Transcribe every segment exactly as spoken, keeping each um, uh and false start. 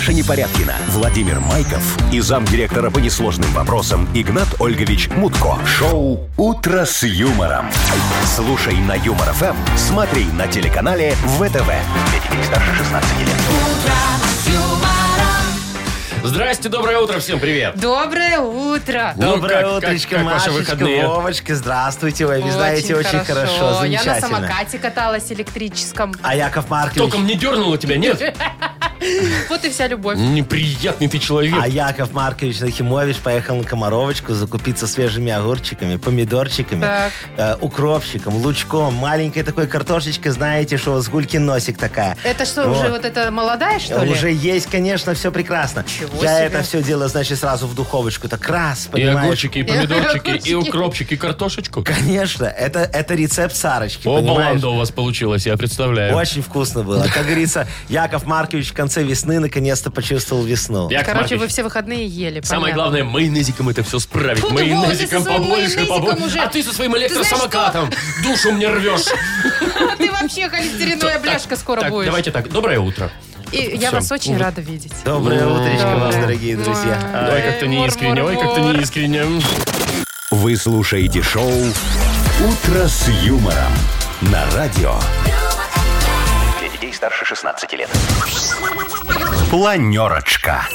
Маша Непорядкина, Владимир Майков и замдиректора по несложным вопросам Игнат Ольгович Мутко. Шоу «Утро с юмором». Слушай на Юмор ФМ, смотри на телеканале ВТВ. Для детей старше шестнадцати лет. Здрасте, доброе утро, всем привет. Доброе утро. Ну, Доброе как- утречко, как- как ваши Машечка, выходные? Вовочка, здравствуйте. Вы знаете, очень хорошо, Я на замечательно. самокате каталась электрическом. А Яков Маркович... Током не дернуло тебя, нет? Вот и вся любовь. Неприятный ты человек. А Яков Маркович Нахимович поехал на Комаровочку закупиться свежими огурчиками, помидорчиками, Так. э, укропчиком, лучком, маленькой такой картошечкой, знаете, что с гулькин носик такая. Это что, Вот. уже вот это молодая, что ли? Уже есть, конечно, все прекрасно. Ничего Я себе. это все дело, значит, сразу в духовочку. Так раз, И понимаешь? огурчики, и помидорчики, и огурчики. укропчики, и картошечку. Конечно, это, это рецепт Сарочки, О, понимаешь? баланда у вас получилась, я представляю. Очень вкусно было. Как говорится, Яков Маркович в конце весны наконец-то почувствовал весну. Яков Короче, Маркович, вы все выходные ели. самое понятно. главное, майонезиком это все справить. Фу ты, Вова, ты Майонезиком со своим побольше, майонезиком побольше. уже. А ты со своим знаешь электросамокатом душу мне рвешь. Ты вообще холестериновая бляшка скоро Так, будешь. давайте так, доброе утро. И я Всё. вас очень рада видеть. Доброе утречко вам, Доброе. дорогие друзья. Ой, как-то не искренне, ой, как-то не искренне. Вы слушаете шоу «Утро с юмором» на радио. Для детей старше шестнадцати лет. Планерочка.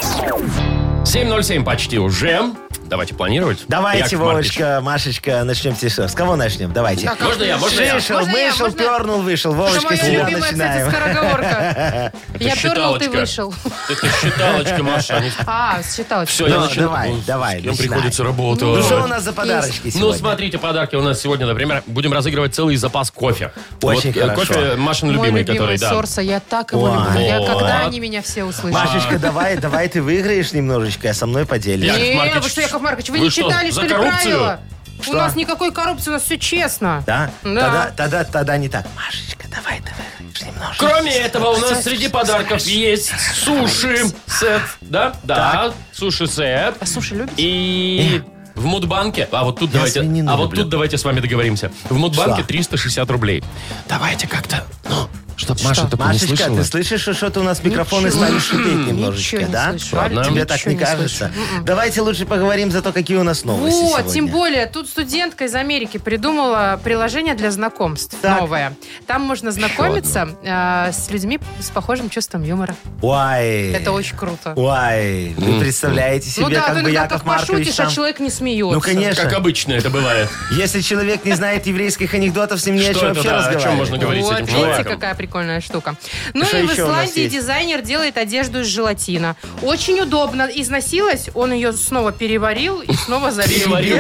семь ноль семь почти уже. Давайте планировать. Давайте, Яков Маркович. Вовочка, Машечка, начнем. С кого начнем? Давайте. Так, Можно я, можно я? Вышел, Можно я, вышел, можно? пернул, вышел. Это Вовочка, с моя тебя любимая, кстати, начинаем. скороговорка. Я пернул, ты считалочка. вышел. Это считалочка, Маша. не- А, считалочка. Все, Ну, я начинаю. давай, Ну, давай, С кем начинай. приходится работать? Ну, что у нас за подарочки Ну, сегодня? смотрите, подарки у нас сегодня, например, будем разыгрывать целый запас кофе. Очень Вот, э, хорошо. Кофе Машин Мой любимый, любимый который, да. Сорса, я так его Ой. люблю. Я, Вот. когда они меня все услышат? Машечка, давай, давай ты выиграешь немножечко, а со мной поделишься. Яков Не, Маркович, вы что, Яков Маркович, вы, вы не что, читали, за что ли, коррупцию? правила? Что? У нас никакой коррупции, у нас все честно. Да? Да. Тогда, тогда, тогда не так. Машечка, давай ты выиграешь немножечко. Кроме этого, у нас среди подарков есть суши-сет. Да? Да, суши-сет. А суши любите? И... В Мудбанке, а вот тут Я давайте, свинину а вот люблю. тут давайте с вами договоримся. В Мудбанке Что? триста шестьдесят рублей. Давайте как-то, ну, чтоб Маша только не Машечка, слышала. ты слышишь, что что-то у нас микрофоны Ничего. стали шипеть немножечко, Ничего не да? слышу. Ладно. Тебе Ничего так не не кажется? слышу. М-м. Давайте лучше поговорим за то, какие у нас новости Вот, сегодня. тем более, тут студентка из Америки придумала приложение для знакомств Так. новое. Там можно знакомиться э, с людьми с похожим чувством юмора. Ой. Это очень круто. Ой, вы представляете себе, Ну да, как ты бы иногда Яков как Маркович пошутишь, там... а человек не смеется. Ну, конечно. Как обычно это бывает. Если человек не знает еврейских анекдотов, с ним не о Что чем это, вообще да, о разговаривать. чем можно говорить с Вот, этим видите, человеком? какая прикольная штука. Ну Что и в еще у нас Исландии есть? дизайнер делает одежду из желатина. Очень удобно. Износилась, он ее снова переварил и снова залил. Переварил?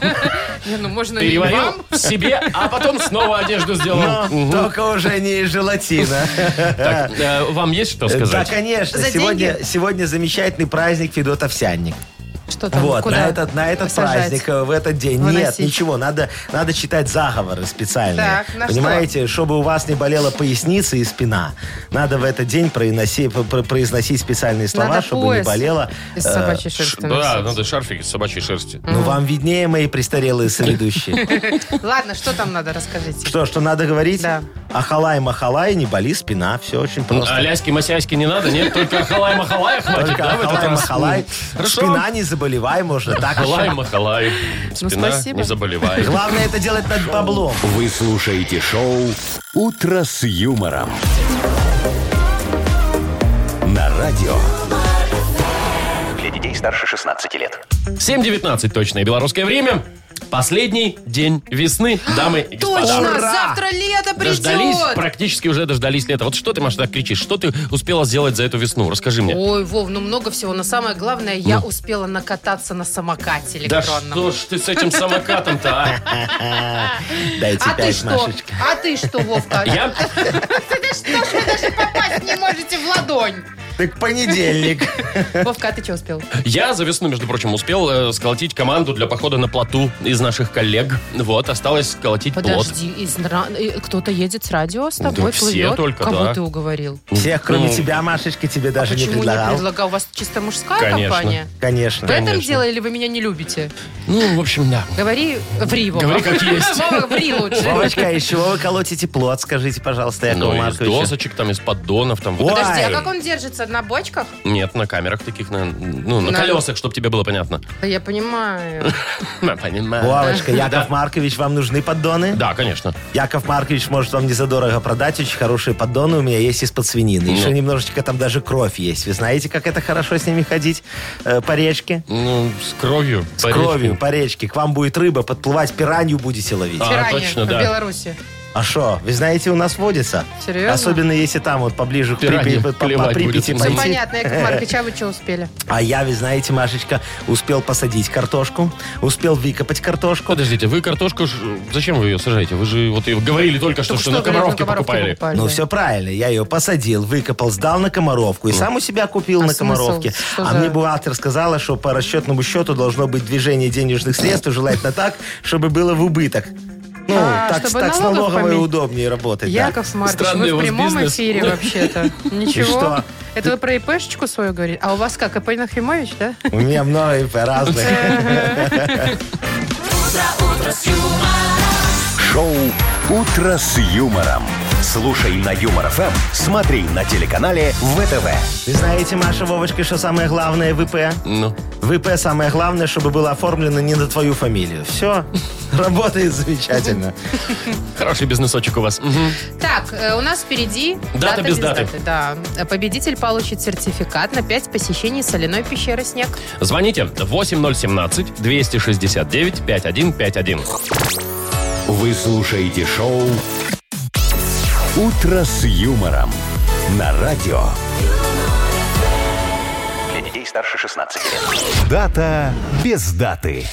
Не, ну можно и Переварил вам. в себе, а потом снова одежду сделал. Но только уже не из желатина. Так, э, вам есть что Да, сказать? конечно. За Сегодня, деньги? сегодня замечательный праздник Федот Овсянник. Что там, Вот, куда на этот, на этот посажать? праздник, э, в этот день. Нет, Выносить? ничего, надо, надо читать заговоры специальные. Так, на что? Понимаете, чтобы у вас не болела поясница и спина. Надо в этот день произносить, произносить специальные слова, Надо чтобы не пояс болела. из э, собачьей шерсти Да, носить. надо шарфик из собачьей шерсти. Ну, вам виднее, мои престарелые соведущие. Ладно, что там надо, расскажите. Что, что надо говорить? Да. Ахалай-махалай, не боли спина. Все очень просто. А ляськи-масяськи не надо, нет? Только ахалай-махалай хватит, Только да? в этот раз? ахалай-махалай. Хорошо. Спина не заболевай, можно так еще. Ахалай-махалай. Спина, спасибо. не заболевай. Главное это делать над баблом. Вы слушаете шоу «Утро с юмором» на радио. Для детей старше шестнадцати лет. семь девятнадцать точное белорусское время. Последний день весны, дамы и господа. Точно, Ура! завтра лето Дождались, придет. практически уже дождались лета. Вот что ты, Маша, так кричишь? Что ты успела сделать за эту весну? Расскажи мне. Ой, Вов, ну много всего. Но самое главное, я успела накататься на самокате Да электронном. что ж ты с этим самокатом-то, а? Дайте А ты пять, что? Машечка. А ты что, Вовка? Я? Да что ж вы даже попасть не можете в ладонь? Так понедельник. Вовка, а ты что успел? Я за весну, между прочим, успел э, сколотить команду для похода на плоту из наших коллег. Вот, осталось сколотить плот. Подожди, из ра- э, кто-то едет с радио с тобой, Да все плывет? только, Кого да. ты уговорил? Всех, кроме Ну, тебя, Машечка, тебе даже не Почему не предлагал. предлагал? У вас чисто мужская Конечно. компания? Конечно. В этом Конечно. дело или вы меня не любите? Ну, в общем, да. Говори, ври, Вова. Говори, как есть. Вова, ври лучше. Вовочка, из чего вы колотите плот, скажите, пожалуйста, Якову Ну, из Марковичу. досочек, там, из поддонов, там. Ой. Подожди, а как он держится? на, на бочках? Нет, на камерах таких, на, ну, на, На- колесах, чтобы тебе было понятно. Да я понимаю. Я понимаю. Вовочка, Яков Маркович, вам нужны поддоны? Да, конечно. Яков Маркович может вам не задорого продать. Очень хорошие поддоны у меня есть из-под свинины. Еще Ну. немножечко там даже кровь есть. Вы знаете, как это хорошо с ними ходить э, по речке? Ну, с кровью. С кровью по речке. К вам будет рыба подплывать, пиранью будете ловить. А, Пираньи точно, в да. Беларуси. А что, вы знаете, у нас водится. Серьезно? Особенно если там вот поближе к Пираньи Припяти, по, по клевать Припяти будет. Все пойти. понятно, Яков Маркович, а вы что успели? А я, вы знаете, Машечка, успел посадить картошку, успел выкопать картошку. Подождите, вы картошку... ж- Зачем вы ее сажаете? Вы же вот и говорили только что, Только что на говорит, комаровке покупали. Ну, все правильно. Я ее посадил, выкопал, сдал на комаровку. И сам у себя купил А на смысл? комаровке. Что А за- мне бухгалтер сказала, что по расчетному счету должно быть движение денежных средств, и желательно так, чтобы было в убыток. Ну, А, так, чтобы так с налогов налоговой поменять. удобнее работать. да. Яков Маркович, Странный у вы в вас прямом бизнес. эфире вообще-то. Ничего. что? Это вы про ИПшечку свою говорите? А у вас как, ИП Нахимович, да? У меня много и по разных. Шоу «Утро с юмором». Слушай на Юмор ФМ, смотри на телеканале ВТВ. Вы знаете, Маша, Вовочка, что самое главное в ИП? Ну, В ИП самое главное, чтобы было оформлено не на твою фамилию. Все, работает замечательно. хороший бизнесочек у вас. Мгм. Так, э, у нас впереди Дата без даты. Да. Победитель получит сертификат на пять посещений соляной пещеры «Снег». Звоните восемь ноль семнадцать двести шестьдесят девять пятьдесят один пятьдесят один. Вы слушаете шоу «Утро с юмором» на радио. Для детей старше шестнадцати лет. Дата без даты.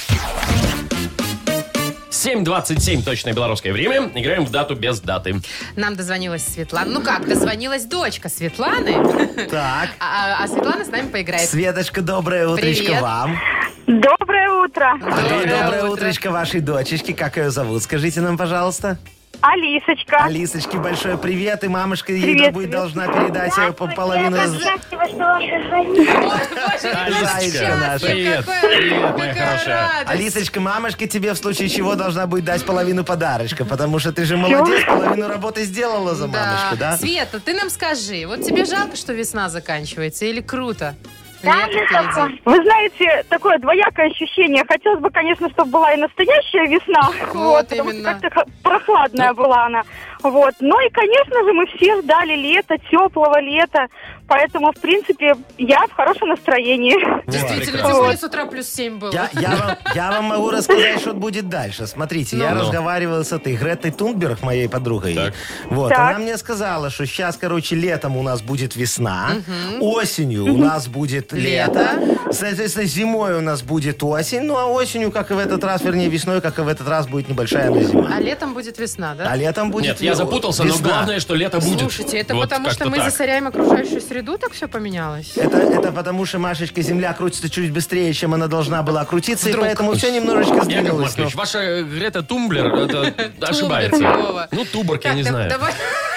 семь двадцать семь точное белорусское время. Играем в дату без даты. Нам дозвонилась Светлана. Ну как, дозвонилась дочка Светланы. Так, А, а Светлана с нами поиграет. Светочка, доброе утречко Привет. вам. Доброе утро. Доброе, Доброе утро. утречко вашей дочечки. Как ее зовут? Скажите нам, пожалуйста. Алисочка. Алисочке большой привет. И мамушка ей Привет, будет привет. должна передать э, по- половину... Счастлива, что вам позвонила. Алисочка наша. Привет. Какая- Привет, моя какая хорошая. радость. Алисочка, мамушка тебе в случае чего должна будет дать половину подарочка, потому что ты же молодец, половину работы сделала за мамочку, да? Света, ты нам скажи, вот тебе жалко, что весна заканчивается или круто? Да, Лето впереди. Вы знаете, такое двоякое ощущение. Хотелось бы, конечно, чтобы была и настоящая весна. Вот потому именно. что как-то х- прохладная была она. Вот. Ну и, конечно же, мы все ждали лета, теплого лета. Поэтому, в принципе, я в хорошем настроении. Действительно, прекрасно. тем более с утра плюс семь было. Я, я вам, я вам могу рассказать, что будет дальше. Смотрите, я Ну. разговаривал с этой Гретой Тунберг, моей подругой. Так. Вот, Так. она мне сказала, что сейчас, короче, летом у нас будет весна, осенью у нас будет лето, соответственно, зимой у нас будет осень, ну а осенью, как и в этот раз, вернее, весной, как и в этот раз, будет небольшая она зима. А летом будет весна, да? А летом будет Нет, я запутался, но весна. главное, что лето будет. Слушайте, это Вот потому что как-то мы так. засоряем окружающую среду, так все поменялось? Это, это потому что, Машечка, Земля крутится чуть быстрее, чем она должна была крутиться, Вдруг. и поэтому все немножечко Яков сдвинулось. Маркович, но- ваша Грета Тумблер это ошибается. Вова. Ну, Туборг, я Так, не да- знаю. Давай.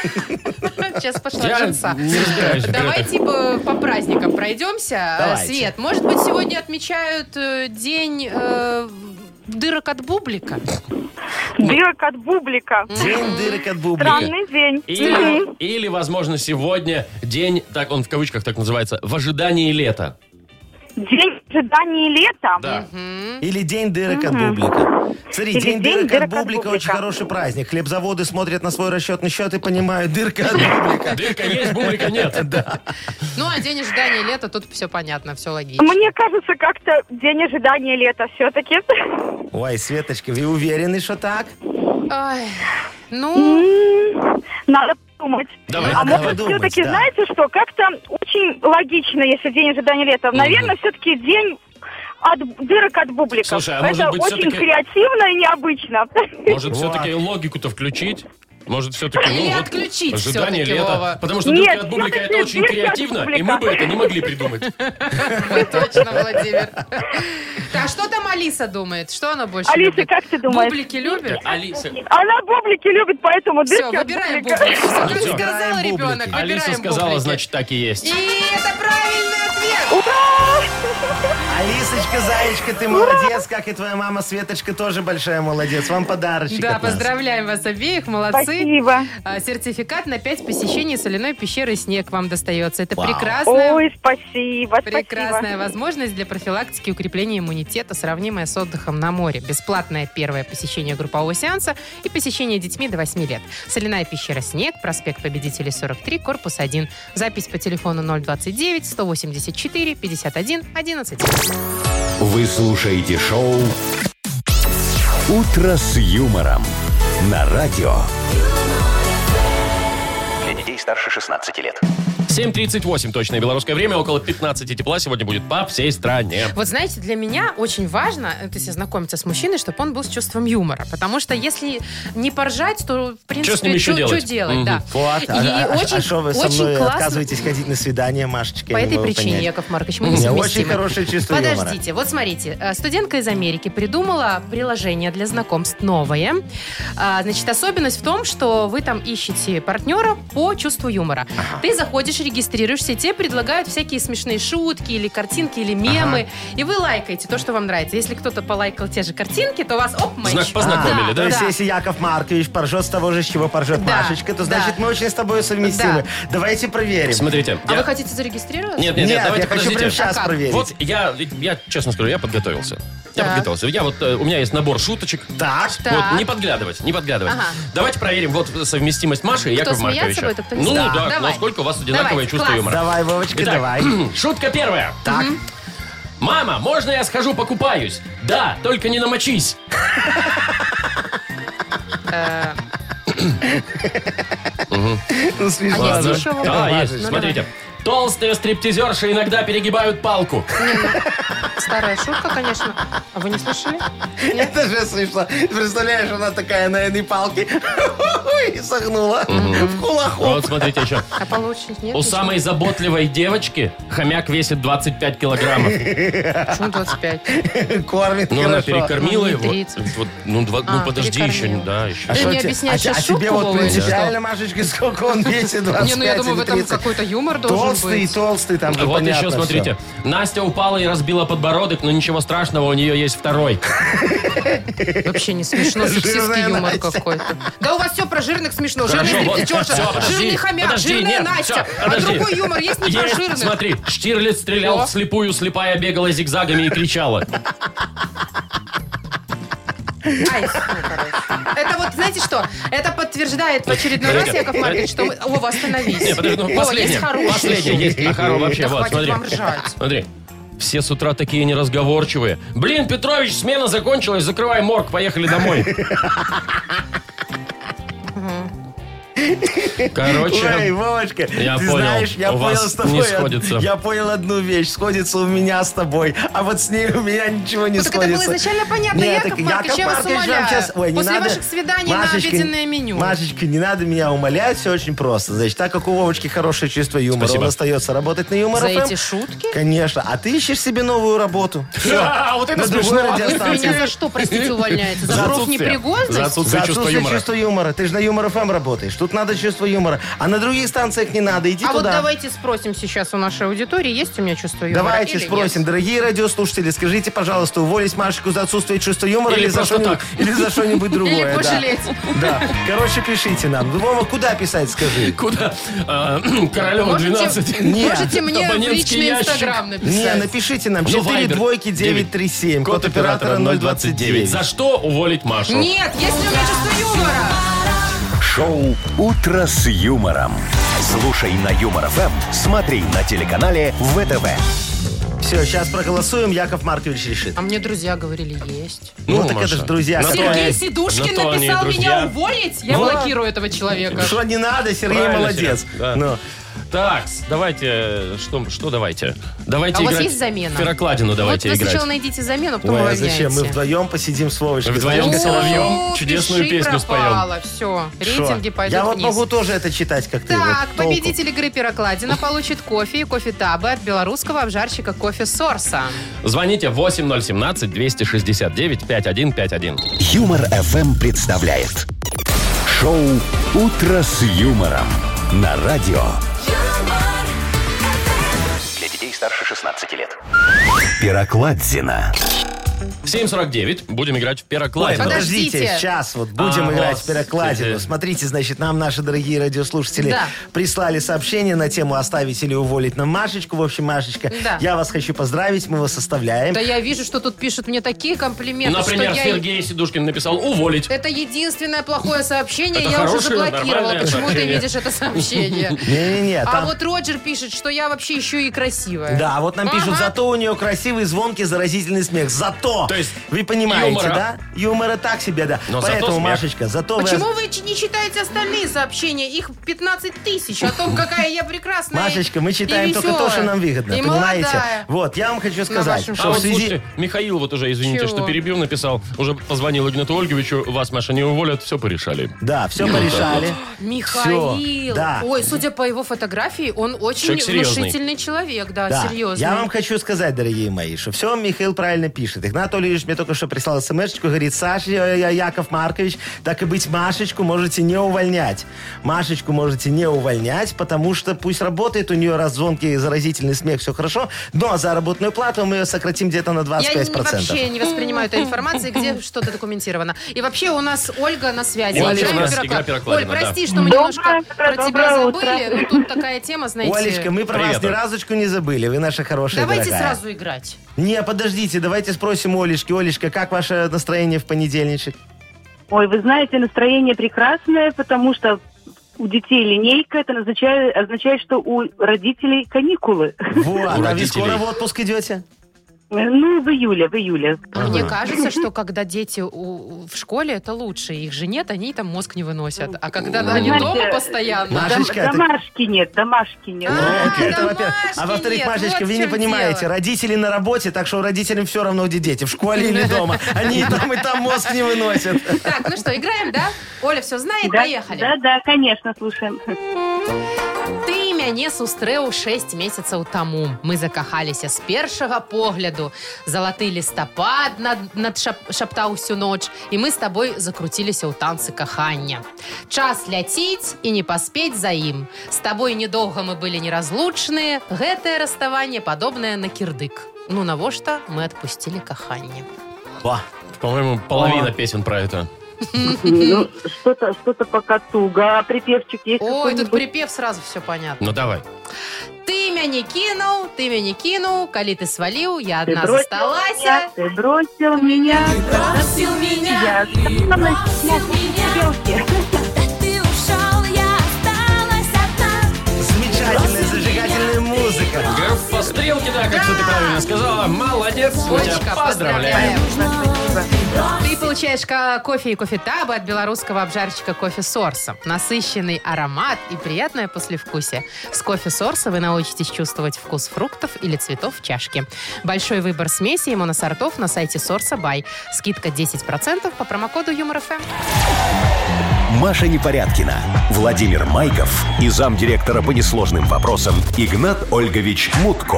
Сейчас пошла Я жильца. не разбираюсь в Давай Грете. типа по праздникам пройдемся. Давайте. Свет, может быть, сегодня отмечают э, день э, дырок от бублика? Дырок от бублика. День дырок от бублика. Странный день. Или, Мгм. или, возможно, сегодня день, так он в кавычках так называется, в ожидании лета. День ожидания лета. Да. Или день дырок от бублика. Смотри, Или день день дырок от дырок от бублика очень бублика. хороший праздник. Хлебзаводы смотрят на свой расчетный счет и понимают, дырка от бублика. Дырка есть, бублика нет. Ну, а день ожидания лета, тут все понятно, все логично. Мне кажется, как-то день ожидания лета все-таки. Ой, Светочка, вы уверены, что так? Ой, ну, Надо подумать. Давай, А давай может, думать, все-таки, да. знаете что, как-то очень логично, если день ожидания лета. Наверное, все-таки день от дырок от бубликов. Слушай, а Это может быть, очень все-таки- креативно и необычно. Может, Вот. все-таки логику-то включить? Может, все-таки, Или ну вот, отключить ожидание всё-таки, лета. Вова. Потому что Нет, дырка от бублика это всё-таки очень дырка от креативно, и бублика. мы бы это не могли придумать. точно, Владимир. А что там Алиса думает? Что она больше Алиса, любит? как ты думаешь? Бублики любит? Алиса. Она бублики любит, поэтому Все, дырки от выбираем бублика. бублики. Всё, как Всё. сказал Выбираем ребенок, бублики. выбираем Алиса сказала, бублики. значит, так и есть. И это правильный ответ. Алисочка, зайчка, ты молодец, как и твоя мама Светочка тоже большая молодец. Вам подарочек Да, от нас. поздравляем вас обеих, молодцы. Спасибо. А, Сертификат на пять посещений соляной пещеры «Снег» вам достается. Это Вау. прекрасная, Ой, спасибо, прекрасная спасибо. возможность для профилактики и укрепления иммунитета, сравнимая с отдыхом на море. Бесплатное первое посещение группового сеанса и посещение детьми до восьми лет. Соляная пещера «Снег», проспект Победителей, сорок три, корпус один. Запись по телефону ноль двадцать девять сто восемьдесят четыре пятьдесят один одиннадцать. Вы слушаете шоу «Утро с юмором» на радио. Для детей старше шестнадцати лет. семь тридцать восемь точное белорусское время, около пятнадцати тепла сегодня будет по всей стране. Вот знаете, для меня очень важно, э, то есть знакомиться с мужчиной, чтобы он был с чувством юмора. Потому что если не поржать, то, в принципе, Чё с ним еще делать? Что делать, Мгм. да. Вот, И а, а- очень, а что вы со очень мной классно. отказываетесь ходить на свидание, Машечка? По Я не этой могу причине, понять. Яков Маркович, мы У меня несовместимы. очень хорошее чувство юмора. Подождите, вот смотрите. э, Студентка из Америки придумала приложение для знакомств новое. А, Значит, особенность в том, что вы там ищете партнера по чувству юмора. Ты заходишь, регистрируешься, тебе предлагают всякие смешные шутки или картинки, или мемы. И вы лайкаете то, что вам нравится. Если кто-то полайкал те же картинки, то у вас оп, матч. Знак познакомили, А, да? То есть, Да. если Яков Маркович поржет с того же, с чего поржет Да, Машечка, то да. значит, мы очень с тобой совместимы. Да. Давайте проверим. Смотрите. А я- вы хотите зарегистрироваться? Нет, нет, нет, Нет, давайте я хочу подождите. прямо сейчас А как? проверить. Вот я, я честно скажу, я подготовился. Я Так. подготовился. Я вот, э, у меня есть набор шуточек. Так. Так. Вот, не подглядывать, не подглядывать. Ага. Давайте проверим вот совместимость Маши и Кто Якова смеяться Марковича. будет, а кто не Ну смеяться. да, Давай. насколько у вас одинаковое Давайте, чувство класс. юмора. Давай, Вовочка, Итак, давай. шутка первая. Так. Мама, можно я схожу покупаюсь? Да, только не намочись. Ну, смешно. А есть да. еще вопрос? Да, Ну, есть. давай. Смотрите. Толстые стриптизерши иногда перегибают палку. Старая шутка, конечно. А вы не слышали? Это же смешно. Представляешь, она такая на этой палке и согнула в кулаху. Вот смотрите еще. А получше нет? У ничего? самой заботливой девочки хомяк весит двадцать пять килограммов. Почему двадцать пять? Кормит Ну, она хорошо. перекормила Ну, не его. тридцать. Вот, ну, два- ну, А, подожди еще. перекормила. Да, еще. Ты Что мне те- объясняешь а, те- сейчас а тебе шутку, вот Вова, или принципиально, Машечка, сколько он весит, двадцать пять Не, ну я думаю, в или этом тридцать? какой-то юмор должен Толстый, быть. толстый, там же Вот понятно еще, смотрите. Настя упала и разбила подбородок, но ничего страшного, у нее есть второй. Вообще не смешно, сексистский Жирная юмор Настя. какой-то. Да у вас все про жирных смешно. Хорошо, Жирный вот, стриптизерша, всё, подожди, жирный хомяк, подожди, жирная нет, Настя. всё, А подожди. другой юмор есть не про Есть, жирных. смотри, Штирлиц стрелял Что? вслепую, слепая бегала зигзагами и кричала. Ай, ну, короче. Это вот, знаете что? Это подтверждает в очередной раз, Подожди. Яков Маркович, что вы... Вова, остановись. Не, подожди, ну, Вова, последнее. есть хороший Последнее шутки. есть. А, хоро- вообще, Да вот, хватит смотри. вам ржать. Смотри. Все с утра такие неразговорчивые. Блин, Петрович, смена закончилась, закрывай морг, поехали домой. Короче, Ой, Вовочка, я ты понял, знаешь, я у понял вас с тобой. не од- сходится. Я понял одну вещь. Сходится у меня с тобой, а вот с ней у меня ничего не Ну, так это было сходится. изначально понятно, Нет, Яков так Маркович, я вас Маркович вам умоляю. щас- Ой, не После надо- ваших свиданий на Машечка, обеденное меню. Машечка, не надо меня умолять, все очень просто. Значит, так как у Вовочки хорошее чувство юмора, Спасибо. он остается работать на Юмор За ФМ. эти шутки? Конечно. А ты ищешь себе новую работу. А, вот это На другой смешно. А вы радиостанции. меня за что, простите, увольняете? За За профнепригодность? отсутствие. За За отсутствие чувства отсутствие юмора. чувства юмора. Ты же на Юмор ФМ работаешь. Тут надо чувство юмора. А на других станциях не надо. Иди А вот туда. давайте спросим сейчас у нашей аудитории, есть у меня чувство юмора Давайте или спросим, нет? дорогие радиослушатели, скажите, пожалуйста, уволить Машечку за отсутствие чувства юмора Или или, за просто что-нибудь, так. или за что-нибудь другое? Или да. пожалеть. Да. Короче, пишите нам. Вова, куда писать, скажи? Куда? А, Королева двенадцать. Нет. Можете мне в Абонентский личный ящик. инстаграм Не, написать. напишите нам. Ну, четыре Вайбер. двойки девять три семь. Код оператора ноль двадцать девять. За что уволить Машу? Нет, есть ли у меня чувство юмора? Шоу «Утро с юмором». Слушай на Юмор ФМ, смотри на телеканале ВТВ. Все, сейчас проголосуем, Яков Маркович решит. А мне друзья говорили, есть. Ну, Ну, так Маша, это же друзья. на то Сергей они- Сидушкин на то они и написал друзья. меня уволить? Я Вот. блокирую этого человека. Что не надо, Сергей Правильно, молодец. Серег, да. Ну. Так, давайте, что, что давайте? Давайте А у вас играть есть замена? в перокладину давайте вот вы играть. сначала найдите замену, потом Ой, а уравняете. зачем? Мы вдвоем посидим с Вовочкой. Вдвоем Знаешь, с как Соловьем О, чудесную пиши, песню пропало. Все, рейтинги Шо? пойдут Я вот вниз. могу тоже это читать, как ты. Так, вот, толку. победитель игры «Пирокладина» получит кофе и кофе-табы от белорусского обжарщика «Кофе Сорса». Звоните восемь ноль семнадцать двести шестьдесят девять пятьдесят один пятьдесят один. Юмор эф эм представляет шоу «Утро с юмором» на радио. Для детей старше шестнадцати лет. Пирокладзина. семь сорок девять. Будем играть в Ой, пирокладину. Подождите. подождите, сейчас вот будем А, играть вот, в перекладину. кстати. Смотрите, значит, нам наши дорогие радиослушатели Да. прислали сообщение на тему «Оставить или уволить нам Машечку». В общем, Машечка, Да. я вас хочу поздравить, мы вас оставляем. Да я вижу, что тут пишут мне такие комплименты, Например, что я... Сергей Сидушкин написал «уволить». Это единственное плохое сообщение, Это я уже хорошее, заблокировала. нормальное Почему ты сообщение. видишь это сообщение? Не-не-не, А там... вот Роджер пишет, что я вообще еще и красивая. Да, вот нам пишут, Ага. зато у нее красивый, звонкий, заразительный смех. Зато! То есть вы понимаете, юмора. да? Юмора так себе, да. Но зато Поэтому, смех. Машечка, зато вы... Почему вы ч- не читаете остальные сообщения? Их пятнадцать тысяч о том, какая я прекрасная. Машечка, мы читаем и только то, веселая, что нам выгодно, и понимаете? молодая. Вот, я вам хочу сказать, вашем что А в вот связи... слушайте, Михаил вот уже, извините, Чего? что перебил, написал, уже позвонил Игнату Ольговичу, вас, Маша, не уволят, все порешали. Да, все порешали. Михаил. Всё, да. Ой, судя по его фотографии, он очень Человек серьезный. внушительный человек, да, Да. серьезный. Я вам хочу сказать, дорогие мои, что все Михаил правильно пишет. Игнат Ольгович мне только что прислал смс-очку, говорит, Саша, я, я, Яков Маркович, так и быть, Машечку можете не увольнять. Машечку можете не увольнять, потому что пусть работает, у нее раз звонкий заразительный смех, все хорошо, но заработную плату мы ее сократим где-то на двадцать Я пять не- процентов. вообще не воспринимаю этой информации, где что-то документировано. И вообще у нас Ольга на связи. Олечка, Играем у нас в пироклад- игра пирокладина, Оль, да. прости, что мы Доброе немножко утро, про тебя доброе забыли, утро. но тут такая тема, знаете... Олечка, мы про Привет, вас ни Оль. разочку не забыли, вы наша хорошая Давайте дорогая. сразу играть. Не, подождите, давайте спросим у Олечки. Олечка, как ваше настроение в понедельничек? Ой, вы знаете, настроение прекрасное, потому что у детей линейка, это означает, означает, что у родителей каникулы. Вот, У а вы родителей. скоро в отпуск идете? Ну, в июле, в июле. Мне кажется, что когда дети у- в школе, это лучше. Их же нет, они там мозг не выносят. А когда Вы они знаете, дома постоянно... Маша, Машечка, Дом- это- домашки нет, домашки нет. А, Ну, это, домашки во-первых. А во-вторых, нет, Машечка, вот вы в не чем понимаете, дело. родители на работе, так что родителям все равно, где дети, в школе или дома. Они и там, и там мозг не выносят. Так, ну что, играем, да? Оля все знает, Да, поехали. да, да, конечно, слушаем. Ты мяне сустрэў шесть месяцаў таму. Мы закахаліся з першага погляду. Залаты лістапад над, над шап, шаптаў усю ноч, і мы з табой закруціліся ў танцы кахання. Час ляціць і не паспець за ім. З табой недоўга мы былі неразлучныя. Гэтае расставанне падобнае на кірдык. Ну навошта мы адпусцілі каханне? О, По-моему, половина О. песен про это. Ну, что-то, что-то пока туго. А припевчик есть Ой, тут какой-нибудь? припев, сразу все понятно. Ну, давай. Ты мяне кінуў, ты мяне кінуў, калі ты сваліў, я Ты адна бросил засталася. меня, ты бросил меня. Бросил меня. Я осталась на припевке. Ты ушел, я осталась одна. замечательная зажигательная музыка. Группа «Стрелки», да, как ты правильно сказала. Молодец, мы тебя Олечка, поздравляем. Ты получаешь ка- кофе и кофе-табы от белорусского обжарщика кофе Сорса. Насыщенный аромат и приятное послевкусие. С кофе Сорса вы научитесь чувствовать вкус фруктов или цветов в чашке. Большой выбор смесей и моносортов на сайте Сорса Бай. Скидка десять процентов по промокоду Юмор ФМ. Маша Непорядкина, Владимир Майков и замдиректора по несложным вопросам Игнат Ольгович Мутко.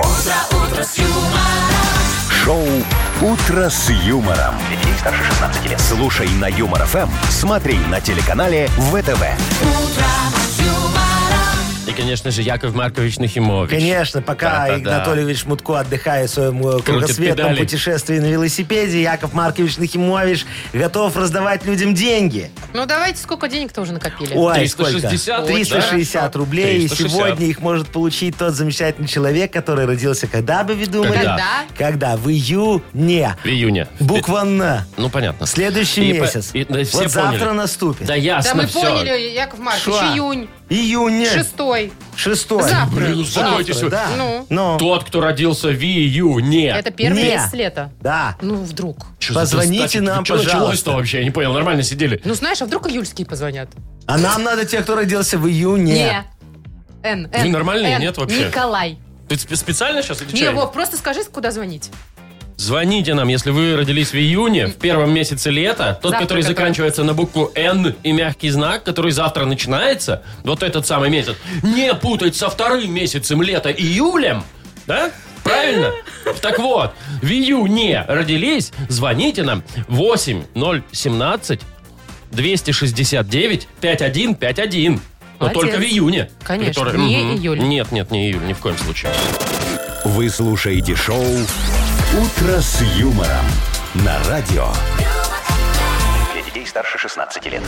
Шоу «Утро с юмором». Для детей старше шестнадцати лет. Слушай на Юмор ФМ, смотри на телеканале ВТВ. И, конечно же, Яков Маркович Нахимович. Конечно, пока Да-да-да. Игнат Ольгович Мутко отдыхает в своем э, кругосветном педали. путешествии на велосипеде, Яков Маркович Нахимович готов раздавать людям деньги. Ну, давайте, сколько денег-то уже накопили? Ой, триста сколько? шестьдесят, триста шестьдесят да? рублей. И триста шестьдесят. сегодня их может получить тот замечательный человек, который родился когда бы вы думали? Когда? Когда? В июне. В июне. Буква Н. Ну, понятно. Следующий И по- месяц. и- да, все вот завтра поняли. наступит. Да ясно, Да мы все. поняли, Яков Маркович, Шо? июнь, Июнь. шестой. Шестой. Завтра. Блин, успокойтесь вы. Да. Ну. Ну. Тот, кто родился в июне. Это первый Не. месяц лета. Да. Ну, вдруг. Чё за Позвоните достаточно? нам, Что началось-то пожалуйста. вообще? Я не понял, нормально сидели. Ну, знаешь, а вдруг июльские позвонят? А нам надо тех, кто родился в июне. Не. Н. Вы Н, нормальные, Н. нет, вообще? Николай. Ты спе- специально сейчас Не, отвечаешь? Вов, просто скажи, куда звонить. Звоните нам, если вы родились в июне, в первом месяце лета. Тот, Завтра который который. заканчивается на букву Н и мягкий знак, который завтра начинается, вот этот самый месяц, не путать со вторым месяцем лета июлем. Да? Правильно? Так вот, в июне родились, звоните нам восемь ноль семнадцать двести шестьдесят девять пятьдесят один пятьдесят один. Но Молодец. только в июне. Конечно, не Мгм. июль. Нет, нет, не июль, ни в коем случае. Вы слушаете шоу «Утро с юмором» на радио. Для детей старше шестнадцати лет.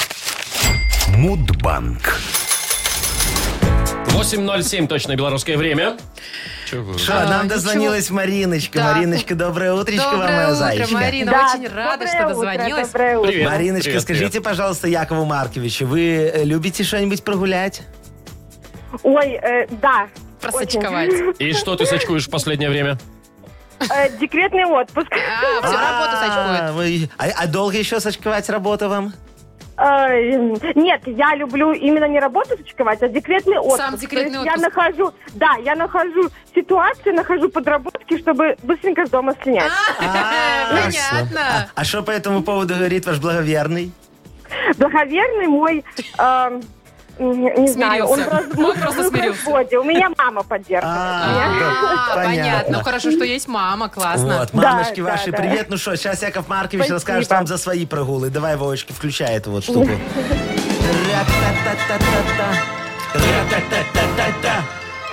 Мудбанк. восемь ноль семь точное белорусское время. Чё вы? Что, А, нам ничего. дозвонилась Мариночка. Да. Мариночка, доброе утречко вам, Доброе моя утро, зайчка. Марина. Да, Очень рада, доброе что утро, дозвонилась. доброе утро. Привет. Мариночка, Привет, скажите, привет. пожалуйста, Якову Марковичу, вы э, любите что-нибудь прогулять? Ой, э, да. Просочковать. И что ты сачкуешь в последнее время? Очень. Э, декретный отпуск. А, все, работу сачкует. А, вы- а, а долго еще сочковать работа вам? Э, Нет, я люблю именно не работу сочковать, а декретный отпуск. Сам декретный То есть отпуск. Я нахожу, да, я нахожу ситуации, нахожу подработки, чтобы быстренько с дома слинять. А, Понятно. А что по этому поводу говорит ваш благоверный? Благоверный мой, э, не знаю, он Смирился. просто, Он просто в смирился. разводе. У меня мама поддерживает А, меня. А, понятно. понятно. Ну, хорошо, что есть мама, классно. Вот, мамочки Да, ваши, да, да. привет. Ну что, сейчас Яков Маркович Спасибо. расскажет вам за свои прогулы. Давай, Вовочка, включай эту вот штуку. Ра-та-та-та-та-та. Ра-та-та-та-та-та.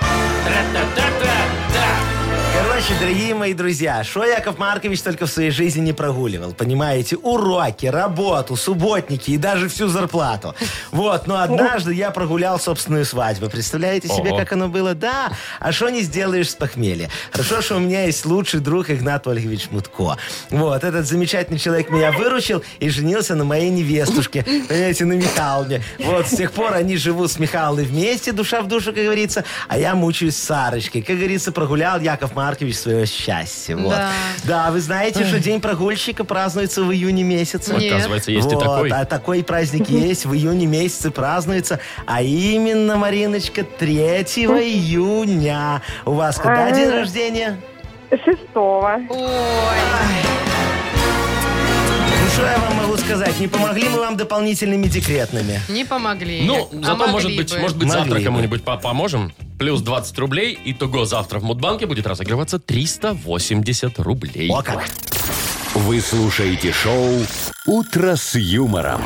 Короче, дорогие мои друзья, что Яков Маркович только в своей жизни не прогуливал, понимаете? Уроки, работу, субботники и даже всю зарплату. Вот, но однажды я прогулял собственную свадьбу. Представляете себе, Ого. как оно было? Да. А что не сделаешь с похмелья? Хорошо, что у меня есть лучший друг Игнат Ольгович Мутко. Вот, этот замечательный человек меня выручил и женился на моей невестушке. Понимаете, на Михайловне. Вот, с тех пор они живут с Михайловной вместе, душа в душу, как говорится, а я мучаюсь с Сарочкой. Как говорится, прогулял Яков Маркович свое счастье. Вот. Да. Да, вы знаете, что День прогульщика празднуется в июне месяце? Нет. Оказывается, есть и Вот, такой. А такой праздник есть, в июне месяце празднуется. А именно, Мариночка, третьего июня. У вас когда день рождения? Шестого. Ой, Ну, что я вам могу сказать? Не помогли мы вам дополнительными декретными. не помогли. Ну, А зато, могли может быть, бы. может быть, Могли завтра бы. кому-нибудь по- поможем. Плюс двадцать рублей. Итого завтра в Мудбанке будет разыгрываться триста восемьдесят рублей. О как! Вы слушаете шоу «Утро с юмором»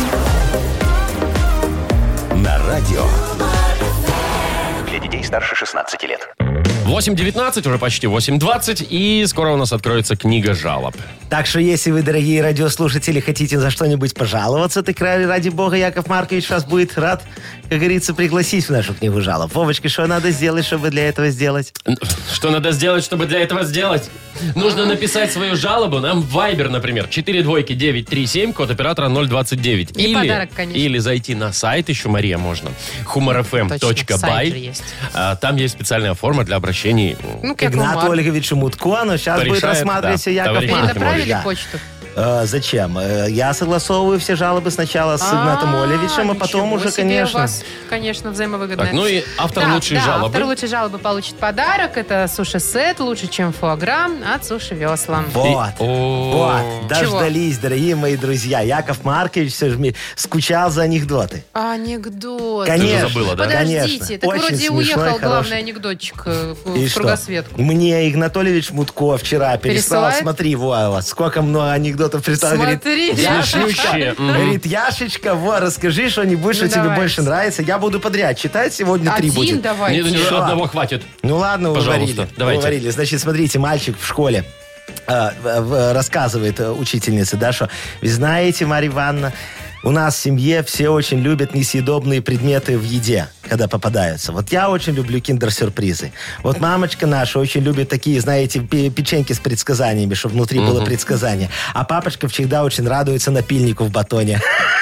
на радио. Для детей старше шестнадцати лет. восемь девятнадцать, уже почти восемь двадцать, и скоро у нас откроется книга жалоб. Так что, если вы, дорогие радиослушатели, хотите за что-нибудь пожаловаться, так ради, ради бога, Яков Маркович вас будет рад, как говорится, пригласить в нашу книгу жалоб. Вовочка, что надо сделать, чтобы для этого сделать? Что надо сделать, чтобы для этого сделать? Нужно написать свою жалобу нам в Viber, например, четыре двойки девять три семь, код оператора ноль двадцать девять. И подарок, конечно. Или зайти на сайт еще, Мария, можно, humor эф эм точка Точно, сайт же бай. есть. А, Там есть специальная форма для обращений. Ну, К как Игнату Ольговичу Мутко, но сейчас будет Порешает, рассматриваться да, Яков товарищ Маркович. Перенаправили Да. почту? Э, зачем? Э, я согласовываю все жалобы сначала с Игнатом Ольговичем, а потом ничего уже, себе, конечно... у вас, конечно, взаимовыгодно. Так, ну и автор Да, лучшей да, жалобы. автор лучшей жалобы получит подарок. Это суши-сет «Лучше, чем фуагра» от Суши Весла. Вот. О. Вот. Дождались, дорогие мои друзья. Яков Маркович все же ми- скучал за анекдоты. Анекдот. Конечно. забыла, да? Подождите, Конечно. так Очень вроде смешной, уехал хороший. главный анекдотчик э, И в что? кругосветку. Мне Игнатольевич Мутко вчера переслал. Пересылает? Смотри, во, сколько много анекдотов прислал. Говорит, Смотри, Яшечка, Вообще, мгм. говорит, Яшечка, во, расскажи что-нибудь, что Ну, тебе давай. больше нравится. Я буду подряд читать, сегодня три Один будет. давай. Нет, нет, Что? одного хватит. Ну ладно, Пожалуйста, уговорили. давайте. Уговорили. Значит, смотрите, мальчик в школе э, в- в- рассказывает э, учительнице, да, что вы знаете, Марья Ивановна, у нас в семье все очень любят несъедобные предметы в еде, когда попадаются. Вот я очень люблю киндер-сюрпризы. Вот мамочка наша очень любит такие, знаете, пе- печеньки с предсказаниями, чтобы внутри было предсказание. А папочка всегда очень радуется напильнику в батоне.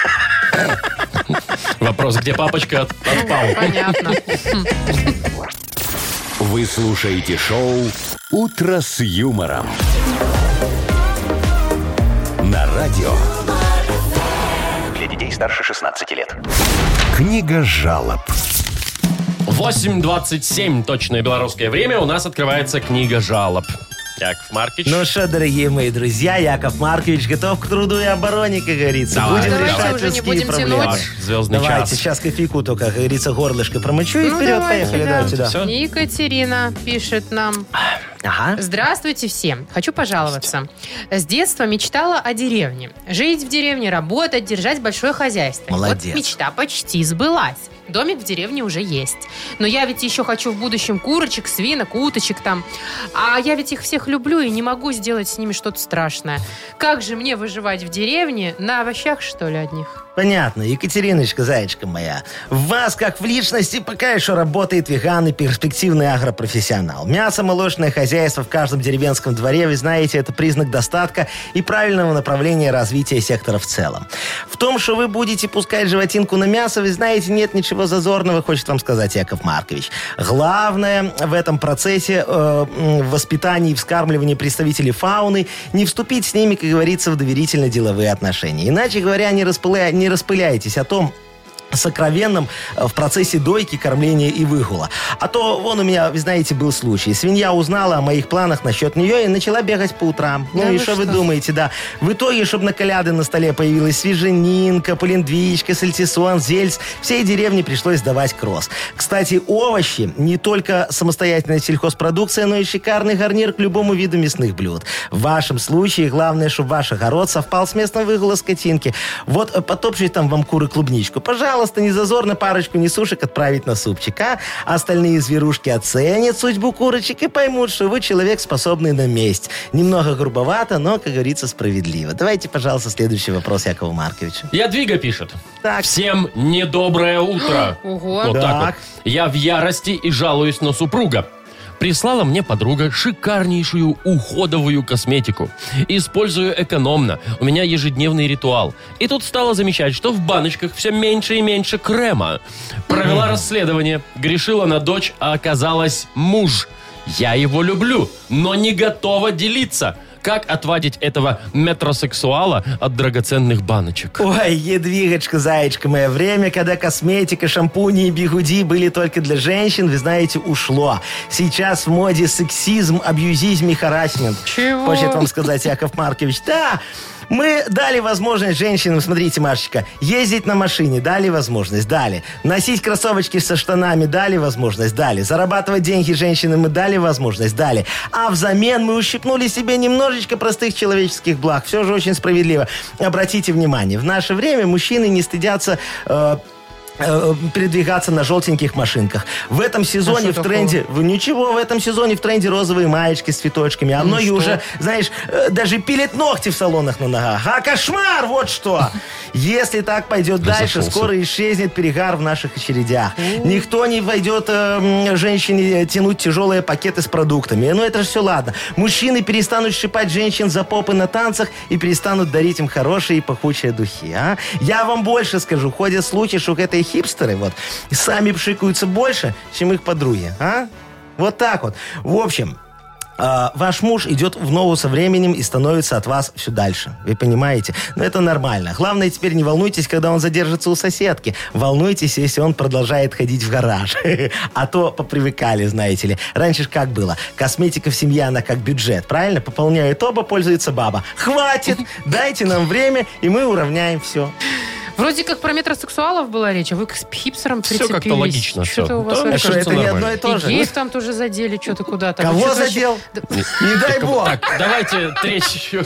Вопрос, где папочка от- отпал. Понятно. Вы слушаете шоу «Утро с юмором» на радио. Для детей старше шестнадцати лет. Книга жалоб. восемь двадцать семь точное белорусское время. У нас открывается книга жалоб. Яков Маркович. Ну что, дорогие мои друзья, Яков Маркович готов к труду и обороне, как говорится. Давай, будем давайте решать уже не людские будем проблемы. тянуть. Звездный Давайте, час. сейчас кофейку только, как говорится, горлышко промочу и Ну, вперед, давайте, поехали. да. Давайте, да. Всё? Екатерина пишет нам. Ага. Здравствуйте всем. Хочу пожаловаться. С детства мечтала о деревне. Жить в деревне, работать, держать большое хозяйство. Молодец. Вот мечта почти сбылась. Домик в деревне уже есть. Но я ведь еще хочу в будущем курочек, свинок, уточек там. А я ведь их всех люблю и не могу сделать с ними что-то страшное. Как же мне выживать в деревне? На овощах, что ли, одних? Понятно. Екатериночка, зайчка моя, в вас, как в личности, пока еще работает веган и перспективный агропрофессионал. Мясо, молочное хозяйство в каждом деревенском дворе, вы знаете, это признак достатка и правильного направления развития сектора в целом. В том, что вы будете пускать животинку на мясо, вы знаете, нет ничего зазорного, хочет вам сказать Яков Маркович. Главное в этом процессе э, в воспитании и вскармливании представителей фауны не вступить с ними, как говорится, в доверительно-деловые отношения. Иначе говоря, не, распыля... не распыляйтесь о том, сокровенном в процессе дойки, кормления и выгула. А то, вон у меня, вы знаете, был случай. Свинья узнала о моих планах насчет нее и начала бегать по утрам. Ну Да и вы что вы что? думаете, да? В итоге, чтобы на коляды на столе появилась свеженинка, полиндвичка, сальтисон, зельц, всей деревне пришлось сдавать кросс. Кстати, овощи не только самостоятельная сельхозпродукция, но и шикарный гарнир к любому виду мясных блюд. В вашем случае главное, чтобы ваш огород совпал с местом выгула скотинки. Вот э, потопчут там вам куры клубничку. Пожалуйста, не зазорно парочку несушек отправить на супчик, а? Остальные зверушки оценят судьбу курочек и поймут, что вы человек, способный на месть. Немного грубовато, но, как говорится, справедливо. Давайте, пожалуйста, следующий вопрос Якову Марковичу. Ядвига пишет. Так. Всем недоброе утро. Ого. Вот так Так. вот. Я в ярости и жалуюсь на супруга. Прислала мне подруга шикарнейшую уходовую косметику. Использую экономно. У меня ежедневный ритуал. И тут стала замечать, что в баночках все меньше и меньше крема. Провела расследование. Грешила на дочь, а оказалось муж. Я его люблю, но не готова делиться. Как отвадить этого метросексуала от драгоценных баночек? Ой, едвигочка, зайчка моя, время, когда косметика, шампуни и бигуди были только для женщин, вы знаете, ушло. Сейчас в моде сексизм, абьюзизм и харассмент. Чего? Хочет вам сказать Яков Маркович. Да, мы дали возможность женщинам, смотрите, Машечка, ездить на машине, дали возможность, дали. Носить кроссовочки со штанами, дали возможность, дали. Зарабатывать деньги женщинам мы дали возможность, дали. А взамен мы ущипнули себе немножечко простых человеческих благ. Все же очень справедливо. Обратите внимание, в наше время мужчины не стыдятся... э, э, передвигаться на желтеньких машинках. В этом сезоне А что в тренде... в- Ничего, в этом сезоне в тренде розовые маечки с цветочками. А Ну многие что? уже, знаешь, э, даже пилят ногти в салонах на ногах. А кошмар, вот что! Если так пойдет дальше, Разошелся. скоро исчезнет перегар в наших очередях. Никто не пойдет э, м, женщине тянуть тяжелые пакеты с продуктами. Ну это же все ладно. Мужчины перестанут щипать женщин за попы на танцах и перестанут дарить им хорошие и пахучие духи. А? Я вам больше скажу. Ходят слухи, что это и хипстеры вот сами пшикаются больше, чем их подруги. А? Вот так вот. В общем... А, ваш муж идет в ногу со временем и становится от вас все дальше. Вы понимаете? Но это нормально. Главное, теперь не волнуйтесь, когда он задержится у соседки. Волнуйтесь, если он продолжает ходить в гараж. А то попривыкали, знаете ли. Раньше ж как было? Косметика в семье, она как бюджет, правильно? Пополняет оба, пользуется баба. Хватит! Дайте нам время, и мы уравняем все. Вроде как про метросексуалов была речь, а вы к хипстерам Всё прицепились. как-то логично, всё. Что-то у вас Да, А мне это- что, кажется, это не нормально. одно и то И же? геев там тоже задели что-то куда-то. Кого Вы что-то задел? вообще- Не дай бог. Так, давайте третью.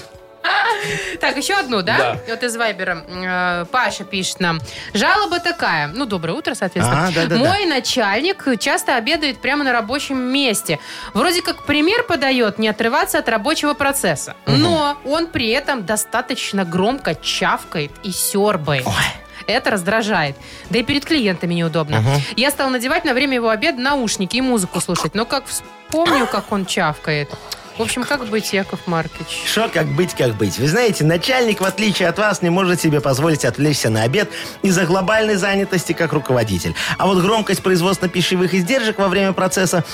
Так, еще одну, да? Да. Вот из Вайбера. Э, Паша пишет нам. Жалоба такая. Ну, доброе утро, соответственно. А, да-да-да. Мой начальник часто обедает прямо на рабочем месте. Вроде как пример подает не отрываться от рабочего процесса. Но он при этом достаточно громко чавкает и сербает. Это раздражает. Да и перед клиентами неудобно. Я стала надевать на время его обеда наушники и музыку слушать. Но как вспомню, как он чавкает. В общем, как быть, Яков Маркович? Что, как быть, как быть? Вы знаете, начальник, в отличие от вас, не может себе позволить отвлечься на обед из-за глобальной занятости как руководитель. А вот громкость производственно-пищевых издержек во время процесса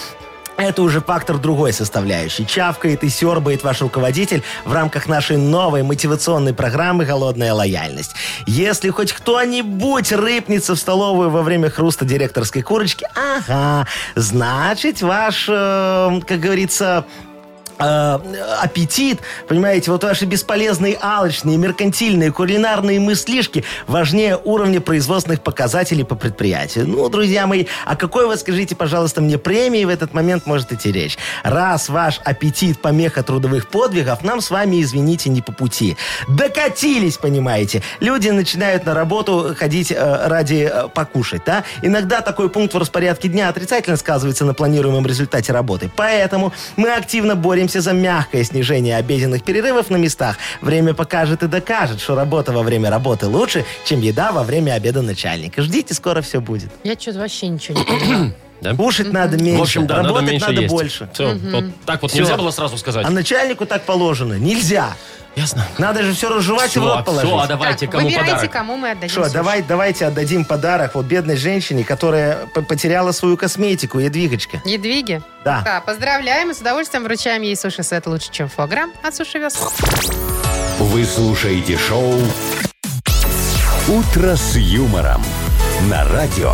Это уже фактор другой составляющей. Чавкает и сербает ваш руководитель в рамках нашей новой мотивационной программы «Голодная лояльность». Если хоть кто-нибудь рыпнется в столовую во время хруста директорской курочки, ага, значит, ваш, э, как говорится... Э, аппетит, понимаете, вот ваши бесполезные алчные, меркантильные, кулинарные мыслишки важнее уровня производственных показателей по предприятию. Ну, друзья мои, а какой, вот скажите, пожалуйста, мне премии в этот момент может идти речь? Раз ваш аппетит помеха трудовых подвигов, нам с вами, извините, не по пути. Докатились, понимаете. Люди начинают на работу ходить э, ради э, покушать, да? Иногда такой пункт в распорядке дня отрицательно сказывается на планируемом результате работы. Поэтому мы активно боремся за мягкое снижение обеденных перерывов на местах. Время покажет и докажет, что работа во время работы лучше, чем еда во время обеда начальника. Ждите, скоро все будет. Я что-то вообще ничего не понимаю. Да? Кушать надо меньше, В общем, да, работать надо меньше надо есть. больше. Все, вот так вот Всё. нельзя было сразу сказать. А начальнику так положено. Нельзя. Ясно. Надо же все разжевать и в Все, рот положить. все, а давайте, Так, кому выбирайте, подарок? кому мы отдадим. Что, суши. давай, давайте отдадим подарок вот бедной женщине, которая п- потеряла свою косметику, Едвигочка. Едвиги? Да. Да, поздравляем и с удовольствием вручаем ей суши-сет лучше, чем фуагра от Суши Весла. Вы слушаете шоу «Утро с юмором» на радио.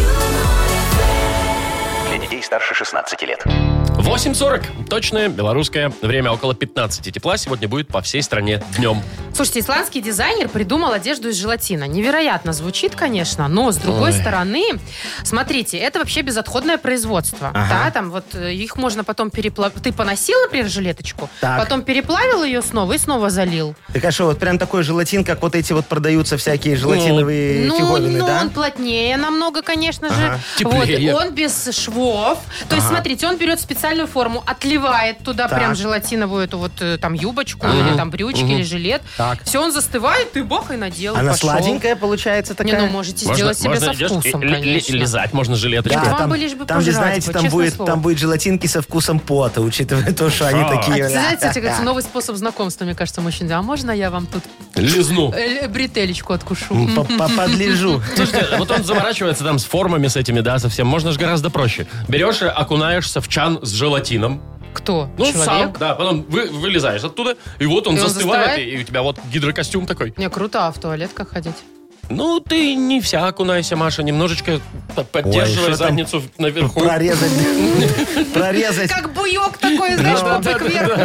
Для детей старше шестнадцати лет. восемь сорок. Точное белорусское время. Около пятнадцати тепла сегодня будет по всей стране днем. Слушайте, исландский дизайнер придумал одежду из желатина. Невероятно звучит, конечно, но с другой Ой. стороны, смотрите, это вообще безотходное производство. Ага. Да, там вот э, их можно потом переплавить. Ты поносил, например, жилеточку, Так. потом переплавил ее снова и снова залил. Так а что, вот прям такой желатин, как вот эти вот продаются всякие желатиновые Ну, фиговины, ну, да? он плотнее намного, конечно же. Ага. Теплее. Вот, он без швов. То есть, смотрите, он берет специальную форму, отливает туда Так. прям желатиновую эту вот э, там юбочку или там брючки или жилет. Так. Все, он застывает, ты бах и надел. и Она пошел. сладенькая получается Не, такая? ну можете сделать себе со идешь вкусом, и- ли- конечно. лизать можно жилеточку. Да. Да, Вам там, бы лишь бы там же, пожрать знаете, бы, там честное будет, слово. там будет желатинки со вкусом пота, учитывая то, что они А. такие... А, знаете, это кажется, новый способ знакомства, мне кажется, мужчин. А можно я вам тут Лизну. э, бретелечку откушу? М, по- по- Подлежу. Слушайте, вот он заворачивается там с формами с этими, да, совсем. Можно же гораздо проще. Берешь и окунаешься в чан с желатином. Кто? Ну, Человек? сам, да. Потом вы, вылезаешь оттуда, и вот он И он застывает, застывает? и у тебя вот гидрокостюм такой. Не, круто, а в туалет как ходить? Ну, ты не вся окунайся, Маша. Немножечко п- поддерживай что там? задницу наверху. Прорезать, прорезать Как буек такой, знаешь, Да, попой да,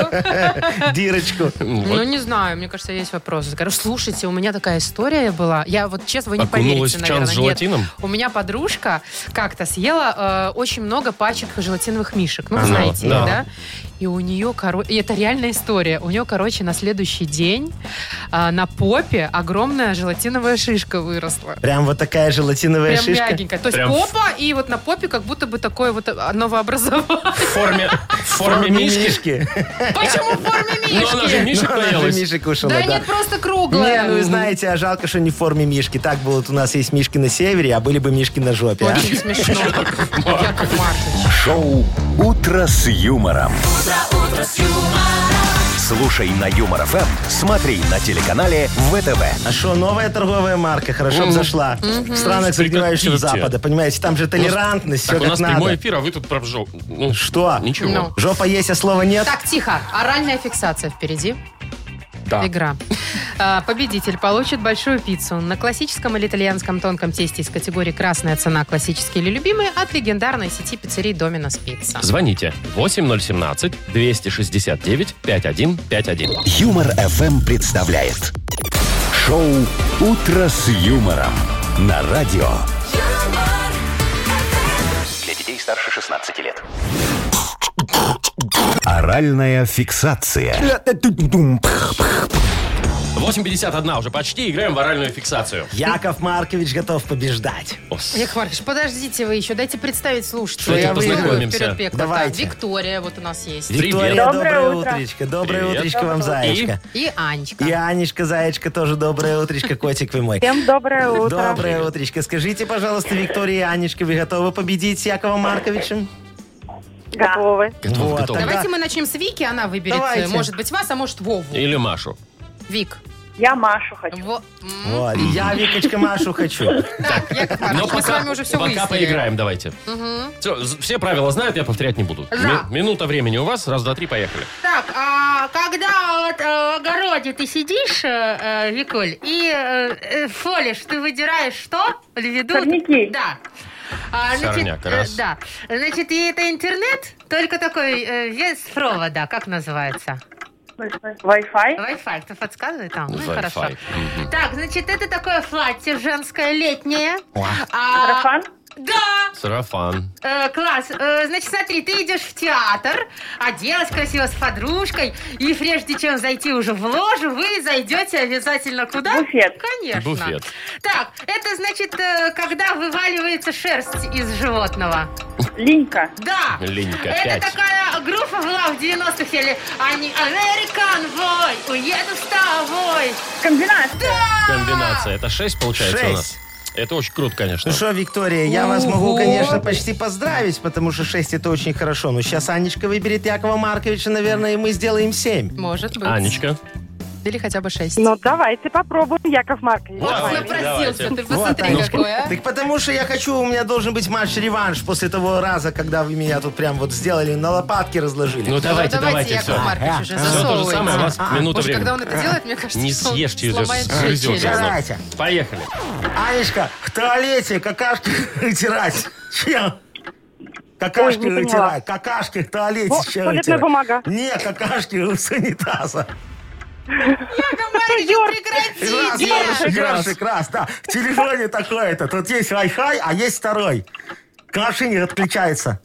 кверху. дырочку. Ну, не знаю, мне кажется, есть вопросы. Короче, слушайте, у меня такая история была. Я вот, честно, вы не Окунулась поверите, в чан наверное. с желатином? Нет. У меня подружка как-то съела э, очень много пачек желатиновых мишек. Ну, вы Ага, знаете, да. их, да? И у нее, короче, и это реальная история. У нее, короче, на следующий день э, на попе огромная желатиновая шишка выросла. Прям вот такая желатиновая Прям шишка. мягенькая. То есть Прям попа, и вот на попе как будто бы такое вот э, новообразование. В форме, в форме мишки. Почему в форме Ну, она же мишки? мишек Она же наелась. мишек кушала, Да да. нет, просто круглая. Не, ну и знаете, а жалко, что не в форме мишки. Так было, вот у нас есть мишки на севере, а были бы мишки на жопе. а? Очень смешно. Яков Маркович. Шоу «Утро с юмором». Слушай на Юмор ФМ, смотри на телеканале ВТВ. А что, новая торговая марка хорошо бы зашла в странах загнивающего Прекратите. Запада. Понимаете, там же толерантность, все Так, у как нас прямой надо. эфир, а вы тут про жоп. Ну, Что? Ничего. Ну. Жопа есть, а слова нет? Так, тихо. Оральная фиксация впереди. Да. Игра. А, Победитель получит большую пиццу на классическом или итальянском тонком тесте из категории «Красная цена. Классический или любимый» от легендарной сети пиццерий «Доминос Пицца». Звоните восемь ноль семнадцать двести шестьдесят девять пятьдесят один пятьдесят один. Юмор ФМ представляет шоу «Утро с юмором» на радио. Для детей старше шестнадцати лет. Оральная фиксация. восемь пятьдесят один уже почти. Играем в оральную фиксацию. Яков Маркович готов побеждать. Ос. Яков Маркович, подождите вы еще. Дайте представить слушателей. Давайте Я выиграю познакомимся. вперед пек. Давайте. Так, Виктория вот у нас есть. Привет. Виктория, Доброе доброе утро. утречко. Доброе Привет. утречко вам, Заячка. И Анечка. И Анечка, Заячка, тоже доброе утречко, котик вы мой. Всем доброе утро. Доброе утречко. Скажите, пожалуйста, Виктория и Анечка, вы готовы победить с Яковом Марковичем? Готовы. Готов, Вот, готов. тогда- Давайте мы начнем с Вики. Она выберет, Давайте. может быть, вас, а может, Вову. Или Машу. Вик, Я Машу хочу. Во- м. Вот, и я, Викочка, Машу хочу. Так, Яков Маркович, Но мы с пока, вами уже все пока выяснили. поиграем, давайте. Всё, з- все правила знают, я повторять не буду. Да. Ми- минута времени у вас. Раз, два, три, поехали. Так, а когда вот э, в огороде ты сидишь, э, э, Викуль, и э, э, фолишь, ты выдираешь что? Львиду? Сорняки. Да. А, значит, Сорняк, э, раз. да. Значит, и это интернет, только такой э, без провода, как называется? Wi-Fi. Wi-Fi, кто подсказывает? А, ну и Wi-Fi. хорошо. Мгм. Так, значит, это такое платье женское, летнее. А, Сарафан. Да. Сарафан. Э, класс. Э, значит, смотри, ты идешь в театр, оделась красиво с подружкой, и прежде чем зайти уже в ложу, вы зайдете обязательно куда? Буфет. Конечно. Буфет. Так, это значит, э, когда вываливается шерсть из животного. Линька. Да. Ленька, Это пять. такая группа была в девяностых, или они American Boy, уеду с тобой. Комбинация. Комбинация. Это шесть получается у нас. Шесть. Это очень круто, конечно. Ну что, Виктория, я вас могу, Ого. конечно, почти поздравить, потому что шесть это очень хорошо. Но сейчас Анечка выберет Якова Марковича, наверное, и мы сделаем семь. Может быть. Анечка. Или хотя бы шесть. Ну, давайте попробуем, Яков Маркович. Вот. Давай. Напросился, давайте. ты посмотри, Анечка. какой, а. Так потому что я хочу, у меня должен быть матч-реванш после того раза, когда вы меня тут прям вот сделали, на лопатки разложили. Ну давайте, Ну, давайте, Яков все. Маркович уже Ага. Все то же засовывается. самое, у вас минута Может, когда времени. он это делает, мне кажется, Не что он съешьте ее, сломает сгрызете. челюсть. Давайте. Поехали. Анечка, в туалете какашки вытирать. Чем? Какашки Ой, не вытирать. Какашки в туалете О, чем туалетная вытирать? бумага. Не, какашки у санитаза. Яков Маркович, Раз, прекратите. ёршик, ёршик, раз, да. В телефоне такое-то. Тут есть Wi-Fi, а есть второй. К машине отключается.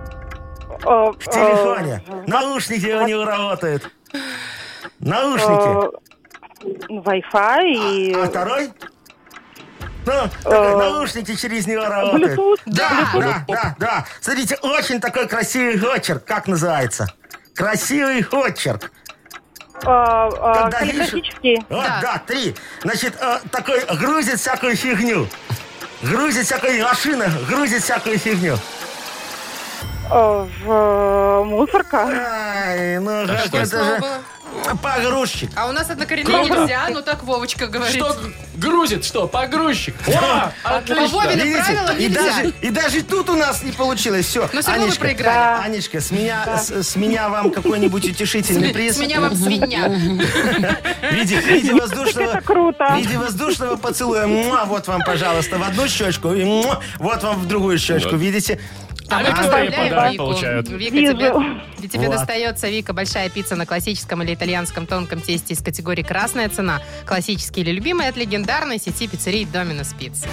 Э, В телефоне. Наушники у него работают. Наушники. э, Wi-Fi и... А второй? Ну, такой, наушники через него работают. Bluetooth. Да, да, да, да. Смотрите, очень такой красивый очерк. Как называется? Красивый очерк. э, э, Когда Каллиграфический. Вот, Да. да. три. Значит, э, такой грузит всякую фигню. Грузит всякую машину, грузит всякую фигню. Э, в, э, Мусорка. Ай, ну что какой-то слово же было? погрузчик. А у нас однокоренные Круто. нельзя, ну так Вовочка говорит. Что грузит? Что? Погрузчик. О, По отлично. Вовиным Видите? правилам И нельзя. даже, и даже тут у нас не получилось. Все. Но всё равно вы проиграли. Да. Анечка, с меня, с, с меня вам какой-нибудь утешительный приз. С меня вам свинья. В виде, в виде воздушного, Это круто. в виде воздушного поцелуя. Муа, вот вам, пожалуйста, в одну щечку. И муа, вот вам в другую щечку. Видите? А Мы Виктория поздравляем подарок Вику. получает. Вика, Вижу. тебе, тебе Вот. достается, Вика, большая пицца на классическом или итальянском тонком тесте из категории «Красная цена». Классический или любимый от легендарной сети пиццерий Доминос Пицца.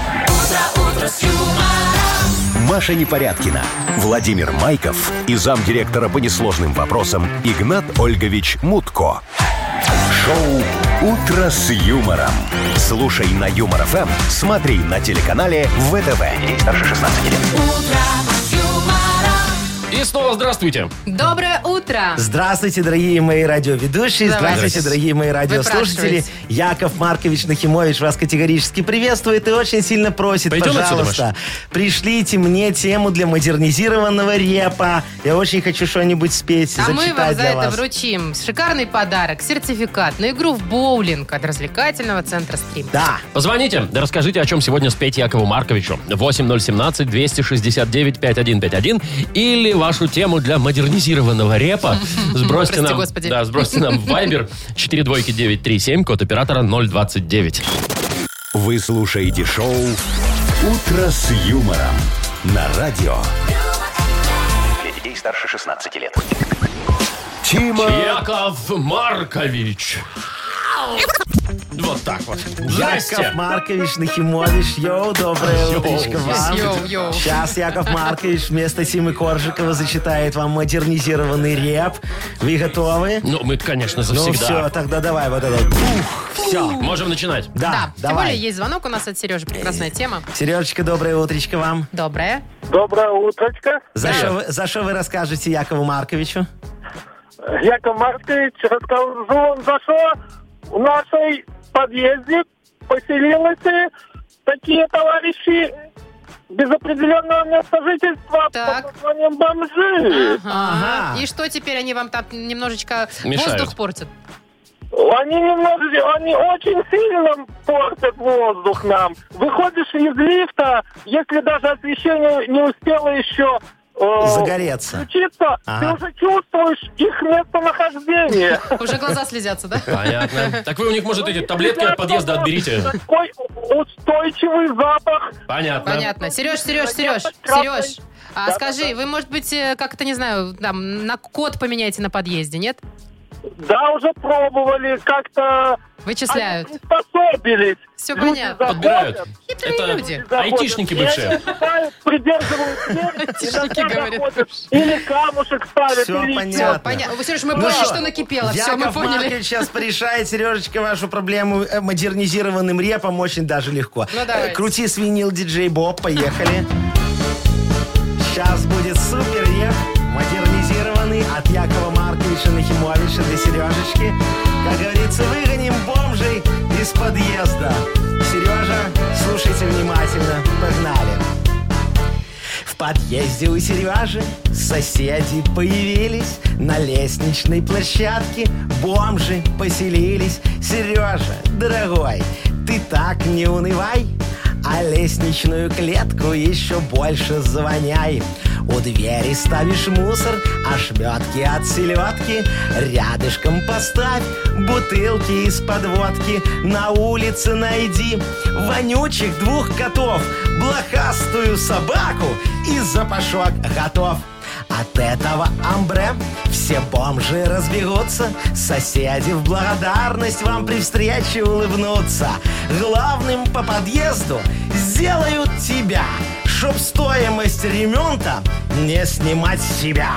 Маша Непорядкина, Владимир Майков и замдиректора по несложным вопросам Игнат Ольгович Мутко. Шоу «Утро с юмором». Слушай на Юмор ФМ, смотри на телеканале ВТВ. Ей старше шестнадцати лет. И снова здравствуйте. Доброе утро! Здравствуйте, дорогие мои радиоведущие. Давай. Здравствуйте, дорогие мои радиослушатели. Выпрашивайте. Яков Маркович Нахимович вас категорически приветствует и очень сильно просит, Пойдем отсюда, пожалуйста, пришлите мне тему для модернизированного репа. Я очень хочу что-нибудь спеть, А мы зачитать вам за для это вас. вручим шикарный подарок, сертификат на игру в боулинг от развлекательного центра «Стрим». Да. Позвоните, да расскажите, о чем сегодня спеть Якову Марковичу. восемь ноль семнадцать двести шестьдесят девять пятьдесят один пятьдесят один или вашу тему для модернизированного репа сбросьте Прости, нам, господи. да, сбросьте нам в Viber четыре двойки девять три семь, код оператора ноль двадцать девять. Вы слушаете шоу «Утро с юмором» на радио. Для детей старше шестнадцати лет. Тима Яков Маркович. Вот так вот. Здрасте. Яков Маркович Нахимович, йоу, доброе Йоу. утречко вам. Йоу, йоу. Сейчас Яков Маркович вместо Тимы Коржикова зачитает вам модернизированный реп. Вы готовы? Ну, мы, конечно, Ну завсегда. все, тогда давай вот этот. Все. Можем начинать. Да, Да, тем давай. более есть звонок у нас от Сережи. Прекрасная тема. Сережечка, доброе утречко вам. Доброе. Доброе утречко. За Привет. что вы, за что вы расскажете Якову Марковичу? Яков Маркович, расскажу вам, за что в нашей подъезде поселились такие товарищи без определенного места жительства Так. под названием бомжи. Ага. Ага. И что теперь они вам там немножечко Мешают. воздух портят? Э, Они немного, они очень сильно портят воздух нам. Выходишь из лифта, если даже освещение не успело еще э, Загореться. включиться, Ага. ты уже чувствуешь их местонахождение. Уже глаза слезятся, да? Понятно. Так вы у них, может, эти таблетки от подъезда отберите. Такой устойчивый запах. Понятно. Понятно. Сереж, Сереж, Сереж, Красный. Сереж, а скажи, вы, может быть, э, как это, не знаю, там, на код поменяете на подъезде, нет? Да, уже пробовали, как-то Вычисляют. они приспособились. Все Люди понятно. заходят, Подбирают. Хитрые Это люди. заходят, айтишники и бывшие. они считают, придерживают дверь, Айтишники, иногда говорят. заходят, или камушек ставят, Всё или понятно. Понятно. Сереж, мы Ну поняли, что, что накипело. Все, мы Яков поняли. Маркович сейчас порешает, Сережечка, вашу проблему э, модернизированным репом очень даже легко. Ну, давайте. Э, Крути свинил, диджей Боб, поехали. Сейчас будет супер реп, модернизированный от Якова Марковича Нахимовича для Сережечки. Как говорится, выгоним бомжей из подъезда. Сережа, слушайте внимательно, погнали. В подъезде у Сережи соседи появились. На лестничной площадке бомжи поселились. Сережа, дорогой, ты так не унывай, а лестничную клетку еще больше завоняй. У двери ставишь мусор, ошметки от селедки. Рядышком поставь бутылки из-под водки. На улице найди вонючих двух котов, блохастую собаку и запашок готов. От этого амбре все бомжи разбегутся. Соседи в благодарность вам при встрече улыбнутся. Главным по подъезду сделают тебя, чтоб стоимость ремонта не снимать с себя.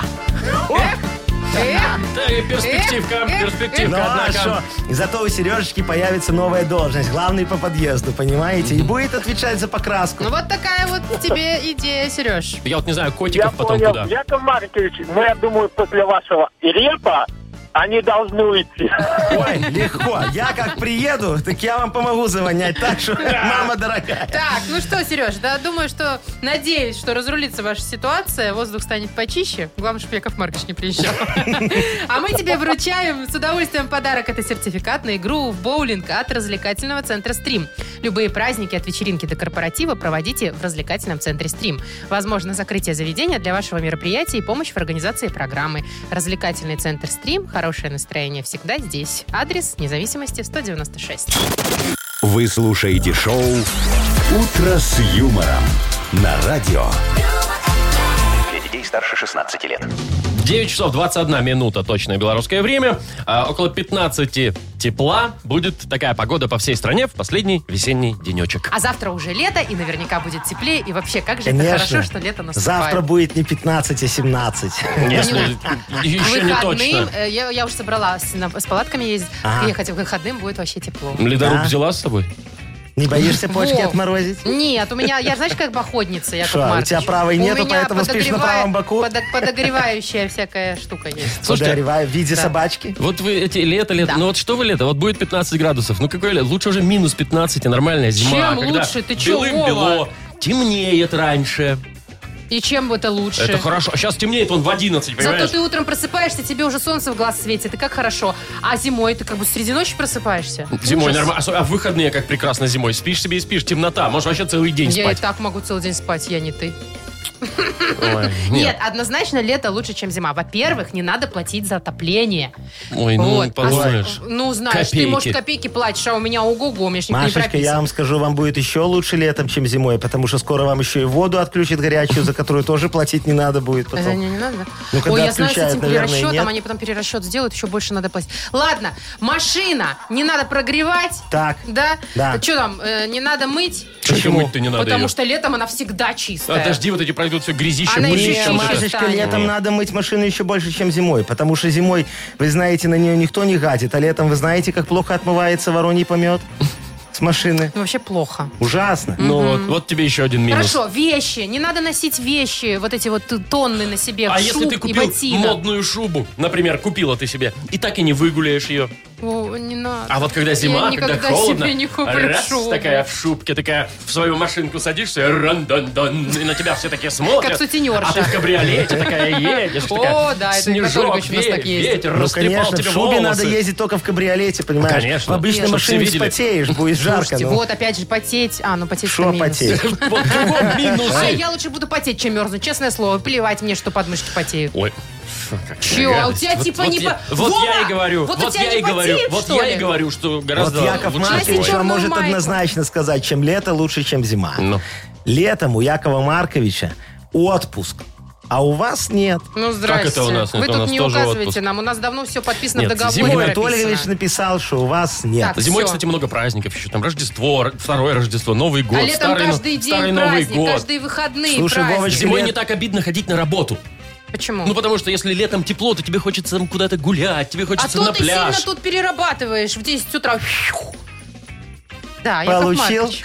Да, и перспективка, Эх, эх, перспективка, Ну а однако. что? Зато у Сережечки появится новая должность. Главный по подъезду, понимаете? И будет отвечать за покраску. Ну вот такая вот тебе идея, Сереж. Я вот не знаю, Я котиков потом понял. куда. Яков Маркович, ну я думаю, после вашего репа они должны уйти. Ой, легко. Я как приеду, так я вам помогу завонять. Так что, мама дорогая. Так, ну что, Сереж, да, думаю, что надеюсь, что разрулится ваша ситуация, воздух станет почище. Главное, чтобы Яков Маркович не приезжал. А мы тебе вручаем с удовольствием подарок. Это сертификат на игру в боулинг от развлекательного центра «Стрим». Любые праздники от вечеринки до корпоратива проводите в развлекательном центре «Стрим». Возможно закрытие заведения для вашего мероприятия и помощь в организации программы. Развлекательный центр «Стрим». Хорошее настроение всегда здесь. Адрес Независимости сто девяносто шесть. Вы слушаете шоу «Утро с юмором» на радио. Для детей старше шестнадцати лет. девять часов двадцать одна минута, точное белорусское время. А, около пятнадцати тепла. Будет такая погода по всей стране в последний весенний денечек. А завтра уже лето, и наверняка будет теплее. И вообще, как же это Конечно. хорошо, что лето наступает. Завтра будет не пятнадцать, а семнадцать. Если еще не Выходным, точно. э, я, я уже собралась на- с палатками ездить. Ага. Ехать в выходным будет вообще тепло. Ледоруб Да. взяла с собой? Не боишься почки Во. отморозить? Нет, у меня, я знаешь, как походница, Яков Шо, у Маркович? тебя правой У нету, меня поэтому спишь на подогревая- правом боку? подо- подогревающая всякая штука есть. Слушайте, Подогреваю в виде Да. собачки. вот вы эти лето, лето, Да. ну вот что вы лето? Вот будет пятнадцать градусов. Ну какое лето? Лучше уже минус пятнадцать, и нормальная зима. Чем когда лучше? Ты чё, белым-бело, Вова? темнеет раньше. И чем это лучше? Это хорошо. А сейчас темнеет он в одиннадцать, Зато понимаешь? ты утром просыпаешься, тебе уже солнце в глаз светит, и как хорошо. А зимой ты как бы среди ночи просыпаешься. Зимой Ужас. нормально. А в выходные как прекрасно зимой. Спишь себе и спишь. Темнота. Можешь вообще целый день Я спать. и так могу целый день спать, я не ты. Ой, Нет, однозначно лето лучше, чем зима. Во-первых, не надо платить за отопление. Ой, ну Вот. подумаешь. А с- ну, знаешь, ты, Копейки. может, копейки платишь, а у меня ого-го, у меня ж никто не Машечка, прописан. я вам скажу, вам будет еще лучше летом, чем зимой, потому что скоро вам еще и воду отключат горячую, за которую тоже платить не надо будет За потом. нее не надо? Ну, когда Ой, я знаю, с отключают, этим наверное, перерасчетом, нет. они потом перерасчет сделают, еще больше надо платить. Ладно, машина не надо прогревать. Так. Да? Да. Что там, э, не надо мыть? Почему мыть-то не надо Потому ее? что летом она всегда чистая. А дожди вот эти пройдут, все грязище, Она мылище. еще вот чище это. Машечка, станет. летом надо мыть машину еще больше, чем зимой, потому что зимой, вы знаете, на нее никто не гадит, а летом вы знаете, как плохо отмывается вороний помет с машины. Ну, вообще плохо. Ужасно. Ну вот, вот тебе еще один минус. Хорошо, вещи. Не надо носить вещи, вот эти вот тонны на себе, А шуб если ты и купил ботинок. модную шубу, например, купила ты себе, и так и не выгуляешь ее. О, не надо. А вот когда зима, Я когда никогда холодно, себе не куплю раз, шубу. такая в шубке, такая в свою машинку садишься, ран-дан-дан, и на тебя все такие смотрят. Как сутенерша. А ты в кабриолете такая едешь, О, такая, да, это снежок, Ольга еще у нас так ве- ездит. ветер Ну, растрепал конечно, в тебе шубе волосы. надо ездить только в кабриолете, понимаешь? Конечно. В обычной Нет, машине чтоб все видели. вспотеешь, будет жарко. Слушайте, ну. вот опять же потеть. А, ну потеть Шо это минус. потеть? Вот в другом минусе. А я лучше буду потеть, чем мерзнуть. Честное слово, плевать мне, что подмышки потеют. Ой. какая Чё, а у тебя гадость. типа вот не я, по- Вот Вова! я и говорю, Вот у вот тебя я не и говорю, потеет, вот что я ли? и говорю, что Вот гораздо Яков лучше Маркович зимой. черную вам может майку. однозначно сказать, чем лето лучше, чем зима. Ну. Летом у Якова Марковича отпуск, а у вас нет. Ну, здрасте. Как это у нас? Вы Это у тут нас не тоже указывайте отпуск. нам. У нас давно все подписано Нет, в договоре. зимой Игнат Ольгович прописано. написал, что у вас нет. Так, Зимой, всё. кстати, много праздников еще. Там Рождество, р- второе Рождество, Новый год, А летом старый, но- каждый день старый Новый праздник, год. каждые выходные Слушай, праздник. Вовочка, Зимой лет- не так обидно ходить на работу. Почему? Ну, потому что если летом тепло, то тебе хочется там куда-то гулять, тебе а хочется то на ты пляж. сильно тут перерабатываешь в десять утра. Да, Яков Получил? Маркович.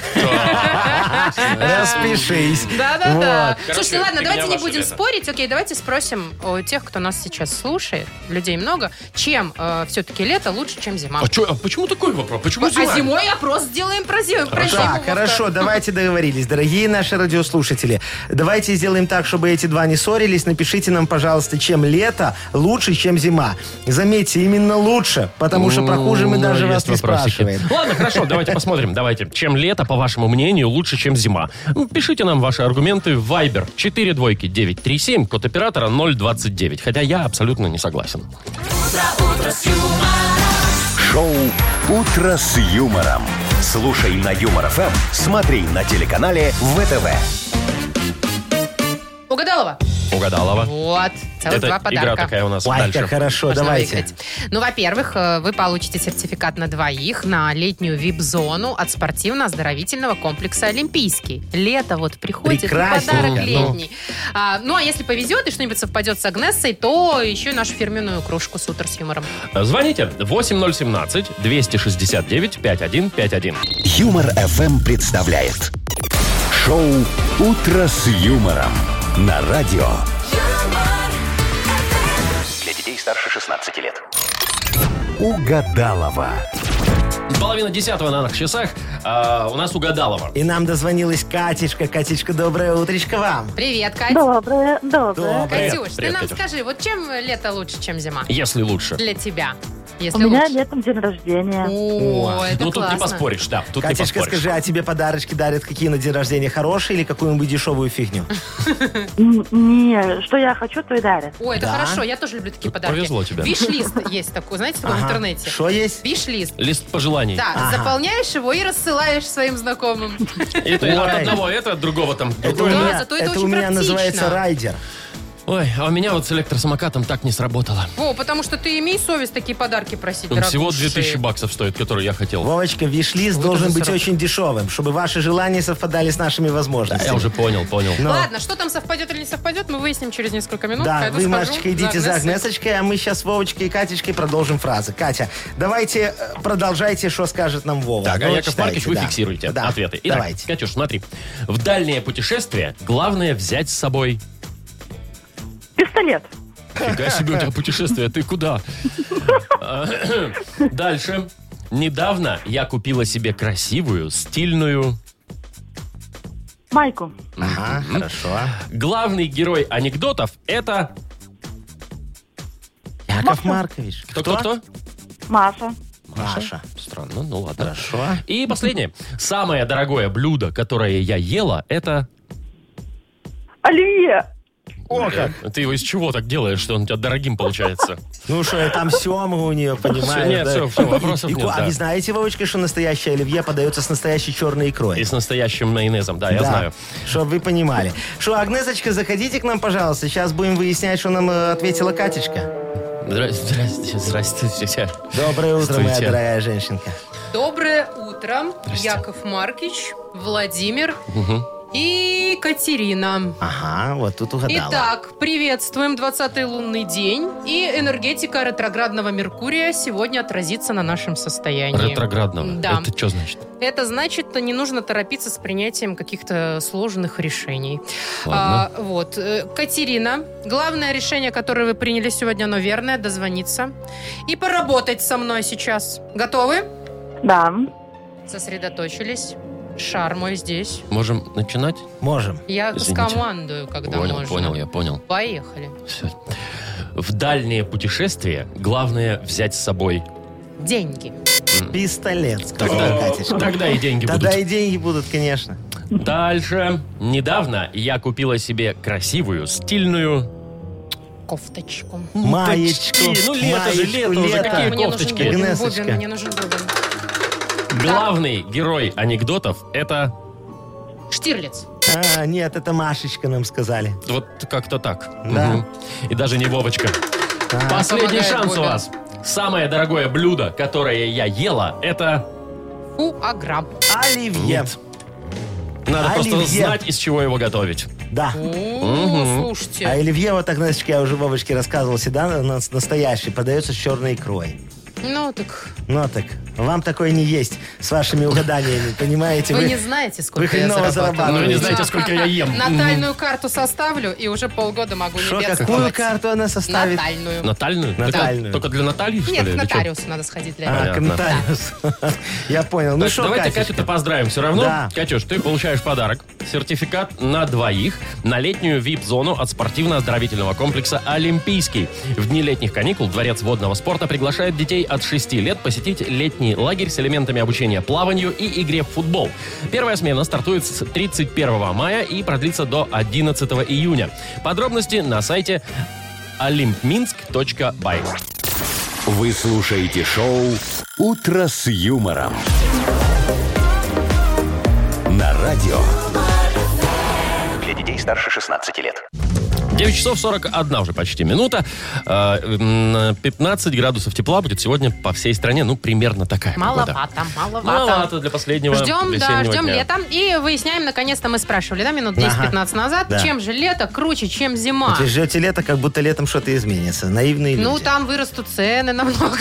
Распишись. Да-да-да. Короче, Слушайте, ладно, фигня давайте не ваша будем лето. спорить. Окей, давайте спросим у тех, кто нас сейчас слушает, людей много, чем э, все-таки лето лучше, чем зима. А, чё, а почему такой вопрос? Почему зима? А зимой опрос сделаем про зиму. Про зиму, Так, Вовка. хорошо, давайте договорились. Дорогие наши радиослушатели, давайте сделаем так, чтобы эти два не ссорились. Напишите нам, пожалуйста, чем лето лучше, чем зима. Заметьте, именно лучше, потому что про хуже мы Ну, даже вас есть не вопросики. спрашиваем. Ладно, хорошо, давайте посмотрим. Давайте. Чем лето, по вашему мнению, лучше, чем зима? Ну, пишите нам ваши аргументы в Viber четыре двойки девять три семь, код оператора ноль двадцать девять. Хотя я абсолютно не согласен. Шоу «Утро с юмором». Слушай на Юмор ФМ, смотри на телеканале ВТВ. Угадалова? Угадалова. Вот, целых Это два подарка. игра такая у нас. Ой, Дальше. как хорошо, Можно давайте. выиграть. Ну, во-первых, э, вы получите сертификат на двоих на летнюю вип-зону от спортивно-оздоровительного комплекса «Олимпийский». Лето вот приходит, и Прекрасненько, подарок ну. летний. А, ну, а если повезет и что-нибудь совпадет с Агнессой, то еще и нашу фирменную кружку с «Утро с юмором». Звоните восемь ноль семнадцать двести шестьдесят девять пятьдесят один пятьдесят один. Юмор ФМ представляет шоу «Утро с юмором» на радио. Для детей старше шестнадцати лет. Угадалова. Половина десятого на наших часах. А, у нас Угадалова. И нам дозвонилась Катечка. Катечка, доброе утречко вам. Привет, Кать. Доброе, доброе. Доброе. Катюш, ты Привет, нам Катюш. скажи, вот чем лето лучше, чем зима? Если лучше. Для тебя. У Если меня лучше. летом день рождения. О, это ну, тут классно. не поспоришь, да. Тут не Катечка, поспоришь. скажи, а тебе подарочки дарят какие на день рождения? Хорошие или какую-нибудь дешевую фигню? Н- Не, что я хочу, то и дарят. Ой, это Да? хорошо, я тоже люблю такие подарки. повезло тебе. Виш-лист есть такой, знаете, такой в Ага. интернете. Что есть? Виш-лист. Лист пожеланий. Да, Ага. заполняешь его и рассылаешь своим знакомым. И ты Ой. от одного это, от другого там. Это у другое. Да, меня, зато это это очень у меня практично. называется райдер. Ой, а у меня вот с электросамокатом так не сработало. О, потому что ты имей совесть такие подарки просить, Он всего дорогущие. две тысячи баксов стоит, который я хотел. Вовочка, виш-лист Вы должен тоже быть сорок. очень дешевым, чтобы ваши желания совпадали с нашими Да, возможностями. я уже понял, понял. Ну. Ладно, что там совпадет или не совпадет, мы выясним через несколько минут. Да, Пойду вы, схожу Машечка, идите за Агнесой. Агнесочкой, а мы сейчас с Вовочкой и Катечкой продолжим фразы. Катя, давайте э, продолжайте, что скажет нам Вова. Так, а Ну, Яков читайте, Маркович, вы да. фиксируете Да. ответы. Итак, Давайте. Катюш, смотри. В дальнее путешествие главное взять с собой... Пистолет. Фига себе у тебя путешествие, ты куда? А, Дальше. Недавно я купила себе красивую, стильную... Майку. Ага, хорошо. Главный герой анекдотов это... Яков Маркович. Кто-кто-кто? Маша. Маша. Странно, ну ладно. Хорошо. И последнее. Самое дорогое блюдо, которое я ела, это... Оливье. О, как. Ты его из чего так делаешь, что он у тебя дорогим получается? Ну что, там семга у нее, понимаешь? нет, да? всё, всё, вопросов И- и нет, ко- А да. вы знаете, Вовочка, что настоящее оливье подается с настоящей черной икрой? И с настоящим майонезом, да, я знаю. Чтобы вы понимали. Что, Агнесочка, заходите к нам, пожалуйста. Сейчас будем выяснять, что нам э, ответила Катечка. Здрасте, здрасте, здрасте. Доброе утро, моя Здравствуйте. дорогая женщинка. Доброе утро, Яков Маркич, Владимир И Катерина. Ага, вот тут угадала. Итак, приветствуем двадцатый лунный день. И энергетика ретроградного Меркурия сегодня отразится на нашем состоянии. Ретроградного? Да. Это что значит? Это значит, что не нужно торопиться с принятием каких-то сложных решений. Ладно. А, вот. Э, Катерина, главное решение, которое вы приняли сегодня, оно верное, дозвониться. И поработать со мной сейчас. Готовы? Да. Сосредоточились. Шар мой здесь. Можем начинать? Можем. Я Извините. скомандую, когда Понял, можно. понял, я понял. Поехали. Все. В дальние путешествия главное взять с собой... Деньги. Пистолет, сказал Тогда, Катюшка. тогда и деньги Тогда будут. и деньги будут, конечно. Дальше. Недавно я купила себе красивую, стильную... Кофточку. Маечку. Такие, ну, лето же, маечку, лето уже, какие Мне нужен кофточки. бубен, Агнесочка. бубен, мне нужен бубен. Главный герой анекдотов — это... Штирлиц. А, нет, это Машечка нам сказали. Вот как-то так. Да. Мгм. И даже не Вовочка. А, Последний Помогает шанс у Бубен. вас. Самое дорогое блюдо, которое я ела, это... Фуагра. Оливье. Нет. Надо просто Оливье. знать, из чего его готовить. Да. О, слушайте. А оливье, вот так, Настечка, я уже Вовочке рассказывал, всегда на- на- настоящий, подается с черной икрой. Ну, так Ну так, вам такое не есть с вашими угаданиями, понимаете? вы не знаете, сколько вы я хреново зарабатываю. Ну, зарабатываете. не знаете, сколько я ем. Натальную карту составлю, и уже полгода могу Что, не какую бедствовать. карту она составит? Натальную. Натальную? Натальную. Только, только для Натальи, что Нет, ли? к или чё? нотариусу надо сходить для А, этого. к Понятно. нотариусу. Я понял. Ну Так, что, давайте Катюшка? Катю-то поздравим все равно. Да. Катюш, ты получаешь подарок. Сертификат на двоих на летнюю ви ай пи-зону от спортивно-оздоровительного комплекса «Олимпийский». В дни летних каникул Дворец водного спорта приглашает детей от шести лет посетить летний лагерь с элементами обучения плаванию и игре в футбол. Первая смена стартует с тридцать первого мая и продлится до одиннадцатого июня. Подробности на сайте олимпминск точка бай. Вы слушаете шоу «Утро с юмором». На радио. Для детей старше шестнадцати лет. девять часов сорок одна уже почти минута. Э, м, пятнадцать градусов тепла будет сегодня по всей стране. Ну, примерно такая погода. Маловато, маловато. Маловато для последнего Ждем, да, весеннего ждем дня. лета. И выясняем, наконец-то мы спрашивали, да, минут Ага. десять-пятнадцать назад, Да. чем же лето круче, чем зима. Вы ждете лето, как будто летом что-то изменится. Наивные Ну, люди. там вырастут цены намного.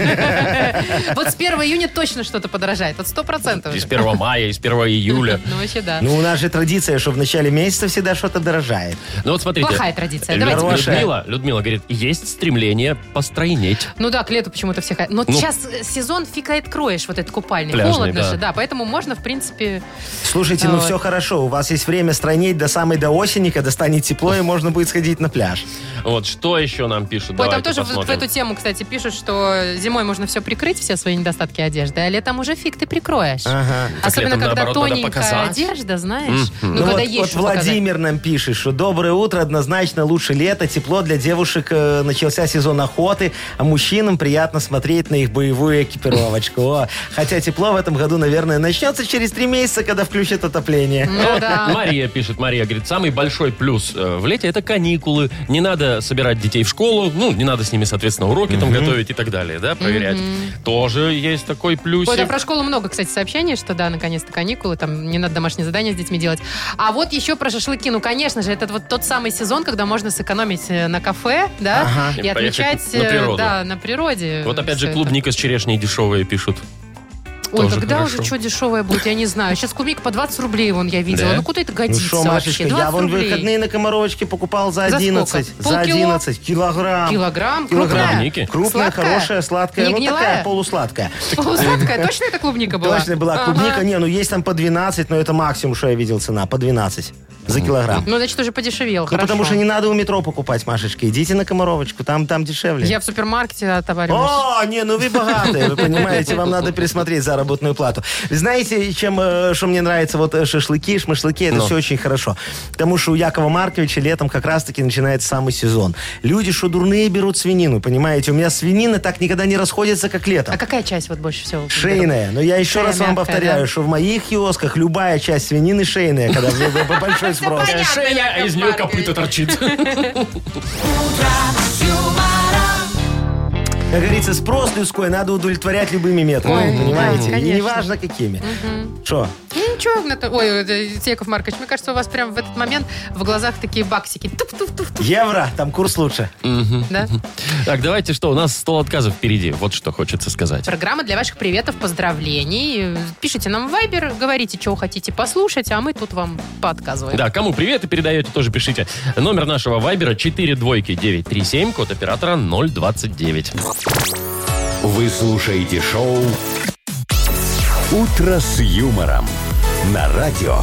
Вот с первого июня точно что-то подорожает. Вот сто процентов. И с первого мая, и с первого июля. Ну, вообще, да. Ну, у нас же традиция, что в начале месяца всегда что-то дорожает. Ну, вот смотрите. Плохая традиция. Лю- Давайте Хорошая. Людмила, Людмила говорит, есть стремление постройнеть. Ну да, к лету почему-то все хотят. Но Ну. сейчас э, сезон фиг откроешь, вот этот купальник. Пляжный, Холодно да. же, да. Поэтому можно, в принципе... Слушайте, ну Вот. все хорошо. У вас есть время стройнеть до самой до осени, когда станет тепло, и можно будет сходить на пляж. Вот, что еще нам пишут? Ой, там Давайте тоже в, в посмотрим. эту тему, кстати, пишут, что зимой можно все прикрыть, все свои недостатки одежды, а летом уже фиг ты прикроешь. Ага. Особенно, летом, когда наоборот, надо тоненькая показать. одежда, знаешь. Мгм. Ну, Ну когда вот, есть вот что показать. Владимир нам пишет, что доброе утро, однозначно лучше лето, тепло для девушек, э, начался сезон охоты, а мужчинам приятно смотреть на их боевую экипировочку. О, хотя тепло в этом году, наверное, начнется через три месяца, когда включат отопление. Ну да. Мария пишет, Мария говорит, самый большой плюс э, в лете это каникулы. Не надо собирать детей в школу, ну, не надо с ними, соответственно, уроки там готовить и так далее, да, проверять. Тоже есть такой плюсик. Ой, да, про школу много, кстати, сообщений, что да, наконец-то каникулы, там не надо домашние задания с детьми делать. А вот еще про шашлыки. Ну, конечно же, это вот тот самый сезон, когда можно сэкономить э, на кафе, да, Ага. и И отмечать поехать на э, природу. да, на природе. Вот опять же всё клубника с черешней дешевые пишут. это. Ой, тоже когда хорошо. уже что дешевое будет, я не знаю. Сейчас клубника по двадцать рублей, вон, я видела. Да? Ну, куда это Ну годится что, Машечка, вообще? я двадцать вон рублей. выходные на Комаровочке покупал за За одиннадцать. сколько? За Полкило? одиннадцать килограмм. Килограмм? Килограмм. Крупная? Клубники? Крупная, Сладкая? хорошая, сладкая. Не Ну, гнилая? такая полусладкая. Полусладкая? Точно это клубника была? Точно была Ага. клубника. Не, ну есть там по двенадцать, но это максимум, что я видел цена. По двенадцать за килограмм. Ну, значит, уже подешевело, Ну, хорошо. потому что не надо у метро покупать, Машечка. Идите на Комаровочку, там, там дешевле. Я в супермаркете отовариваюсь. О, не, ну вы богатые, вы понимаете, вам надо пересмотреть заработную плату. Вы знаете, чем, э, что мне нравится, вот э, шашлыки, шмашлыки, это Ну. все очень хорошо. Потому что у Якова Марковича летом как раз-таки начинается самый сезон. Люди, что дурные, берут свинину, понимаете? У меня свинина так никогда не расходится, как летом. А какая часть вот больше всего? Шейная. Но я еще Шея раз вам мягкая, повторяю, да? что в моих киосках любая часть свинины шейная, когда в- большой спрос. понятно. Шея, а из нее Яков копыта торчит. Как говорится, спрос людской надо удовлетворять любыми методами, Ой, понимаете? да, И конечно. неважно какими. Что? что, Игнат... Ой, э, Яков Маркович, мне кажется, у вас прям в этот момент в глазах такие баксики. Туп-туп-туп-туп. Евро, там курс лучше. Да? Так, давайте что, у нас стол отказов впереди. Вот что хочется сказать. Программа для ваших приветов, поздравлений. Пишите нам в Viber, говорите, что хотите послушать, а мы тут вам поотказываем. Да, кому привет и передаете, тоже пишите. Номер нашего вайбера четыре двойки девять три семь, код оператора ноль двадцать девять. Вы слушаете шоу «Утро с юмором» на радио.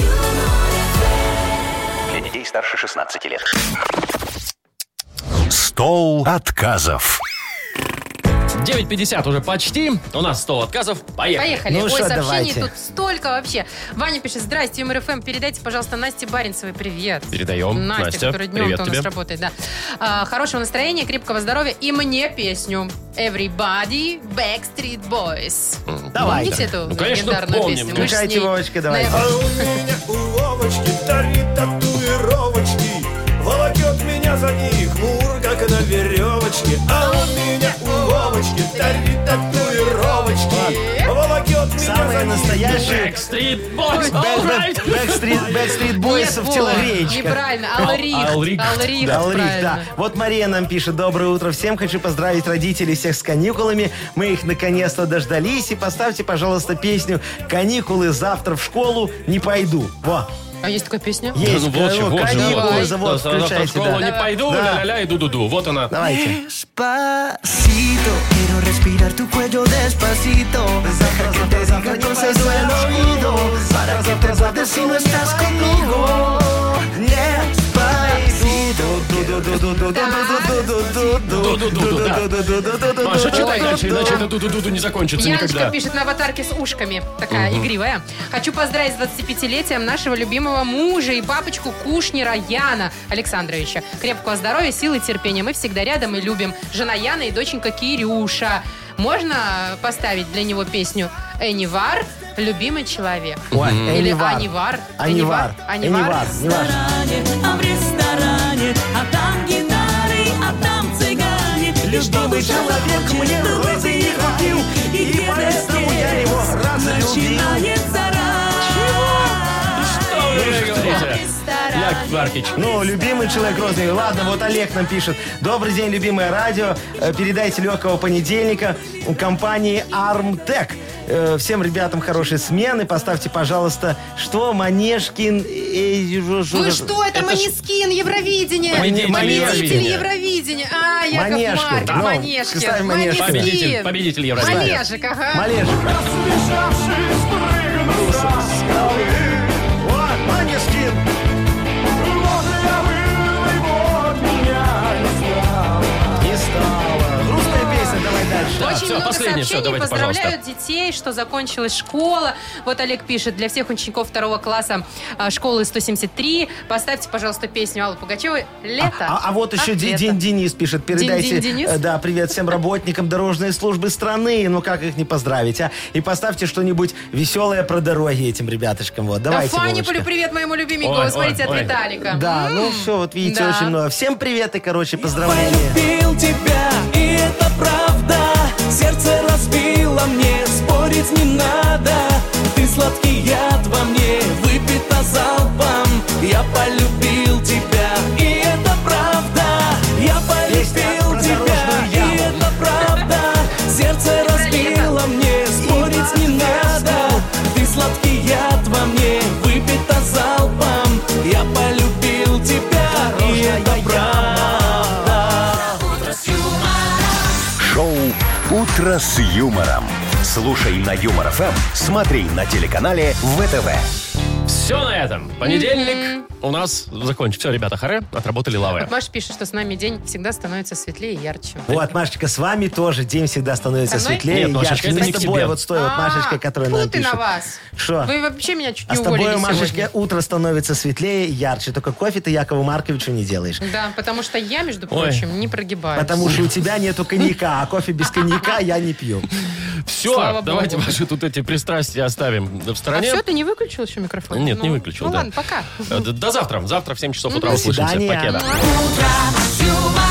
Для детей старше шестнадцати лет. Стол отказов. девять пятьдесят уже почти. У нас стол отказов. Поехали. Поехали. Ну Ой, шо, сообщений давайте. тут столько вообще. Ваня пишет: здрасте, Юмор ФМ, передайте, пожалуйста, Насте Баренцевой привет. Передаем. Настя, Настя, которая днем привет у нас тебе. работает, да. А, хорошего настроения, крепкого здоровья и мне песню Everybody Backstreet Boys. Давай. Помните эту Ну, конечно, легендарную помним. песню? Мы ж с Включайте, ней Вовочка, давай. на- А у меня у Вовочки три татуировочки. Волокет меня за них мур, как на веревочке. А у меня у Вовочки три татуировочки. Волокет меня Самые за них. настоящие Backstreet Boys, alright. Backstreet, Backstreet Boys Нет, в Вова, телогреечках. неправильно. Алрих. Алрих. Алрих, Да, Алрих, правильно. да. Вот Мария нам пишет: доброе утро всем. Хочу поздравить родителей всех с каникулами. Мы их наконец-то дождались. И поставьте, пожалуйста, песню «Каникулы завтра в школу не пойду». Во. А есть такая песня? Есть. Ну, вот же, О, вот же, каникулы, вот. за- вот, Завтра в включайте, школу да. не пойду, Да. ля-ля-ля, и ду-ду-ду. Вот она. Давайте. Despacito, quiero respirar tu cuello despacito. Deja que te diga cosas al oído, para que te acuerdes si no estás conmigo. Маша, читай Ой, дальше, да. иначе это ду-ду-ду не закончится Яночка никогда. пишет на аватарке с ушками. Такая игривая. Хочу поздравить с двадцатипятилетием нашего любимого мужа и бабочку Кушнера Яна Александровича. Крепкого здоровья, силы, терпения. Мы всегда рядом и любим. Жена Яна и доченька Кирюша. Можно поставить для него песню «Энивар. Любимый человек». Ой, Или Энивар. «Анивар». Анивар. Анивар. Энивар. неважно. А в ресторане, а там гитары, а там цыгане. Любимый человек мне розы не купил, и поэтому я его разлюбил. Начинается Что вы уже говорите? Яков Маркович. Ну, любимый человек розовый. Ладно, вот Олег нам пишет. Добрый день, любимое радио. Э, Передайте легкого понедельника компании Armtec. Э, Всем ребятам хорошей смены. Поставьте, пожалуйста, что? Манешкин... э, жу- жу- Ну что, это, Это ж- Манискин, Евровидение. Победитель Победитель Евровидения. Евровидения. А, Яков Манешкин. Маркович, Ну, Манешкин. ставим Манешкин. Победитель, Манискин. победитель Евровидения. Малежик, ага. Малежика. Вот, Манешкин. Не стало. Грустная песня, давай дальше. Да, Очень всё, много последнее, всё, сообщений давайте, поздравляют детей, что закончилась школа. Вот Олег пишет: для всех учеников второго класса а, школы сто семьдесят три поставьте, пожалуйста, песню Аллы Пугачевой «Лето». А, а вот еще Ах, Ди- лето. Дин Денис пишет. Передайте, Дин- Дин Денис? э, да, привет всем работникам дорожной службы страны. Ну как их не поздравить, а? И поставьте что-нибудь веселое про дороги этим ребятышкам. Вот, Да, давайте, Фане Вовочка. полю привет моему любименькому. Ой, Смотрите, ой, от ой. Виталика. Да, М, ну все, вот видите, да. очень много. Всем привет и, короче, поздравления. Полюбил тебя, и это правда. Сердце разбило мне, спорить не надо. Ты сладкий яд во мне, выпито залпом. Я полюбил тебя, и это правда. Я Песня полюбил про тебя, дорожную и яму. это правда. Сердце разбило мне, спорить не надо. Ты сладкий яд во мне, выпито залпом. Я полюбил тебя, и это правда. Шоу «Утро с юмором». Слушай на Юмор ФМ, смотри на телеканале ВТВ. Все на этом. Понедельник у нас закончится. Все, ребята, харе, отработали лавы. Вот Маша пишет, что с нами день всегда становится светлее и ярче. Вот, Машечка, с вами тоже день всегда становится Со мной? светлее. Нет, Машечка, ярче. это Мы не с к тобой, тебе. вот стой, вот Машечка, которая фу нам ты пишет. на вас. Что? Вы вообще меня чуть А не с тобой, уволили Машечка, сегодня. утро становится светлее и ярче. Только кофе ты Якову Марковичу не делаешь. Да, потому что я, между Ой. прочим, не прогибаюсь. Потому что у тебя нету коньяка, а кофе без коньяка я не пью. Все, Слава давайте богу. ваши тут эти пристрастия оставим в А стороне. все, ты не выключил еще микрофон? Нет, не Ну, выключил, Ну да. ладно, пока. Э, До завтра. Завтра в семь часов утра До услышимся. свидания. Покеда. Утро с юмором.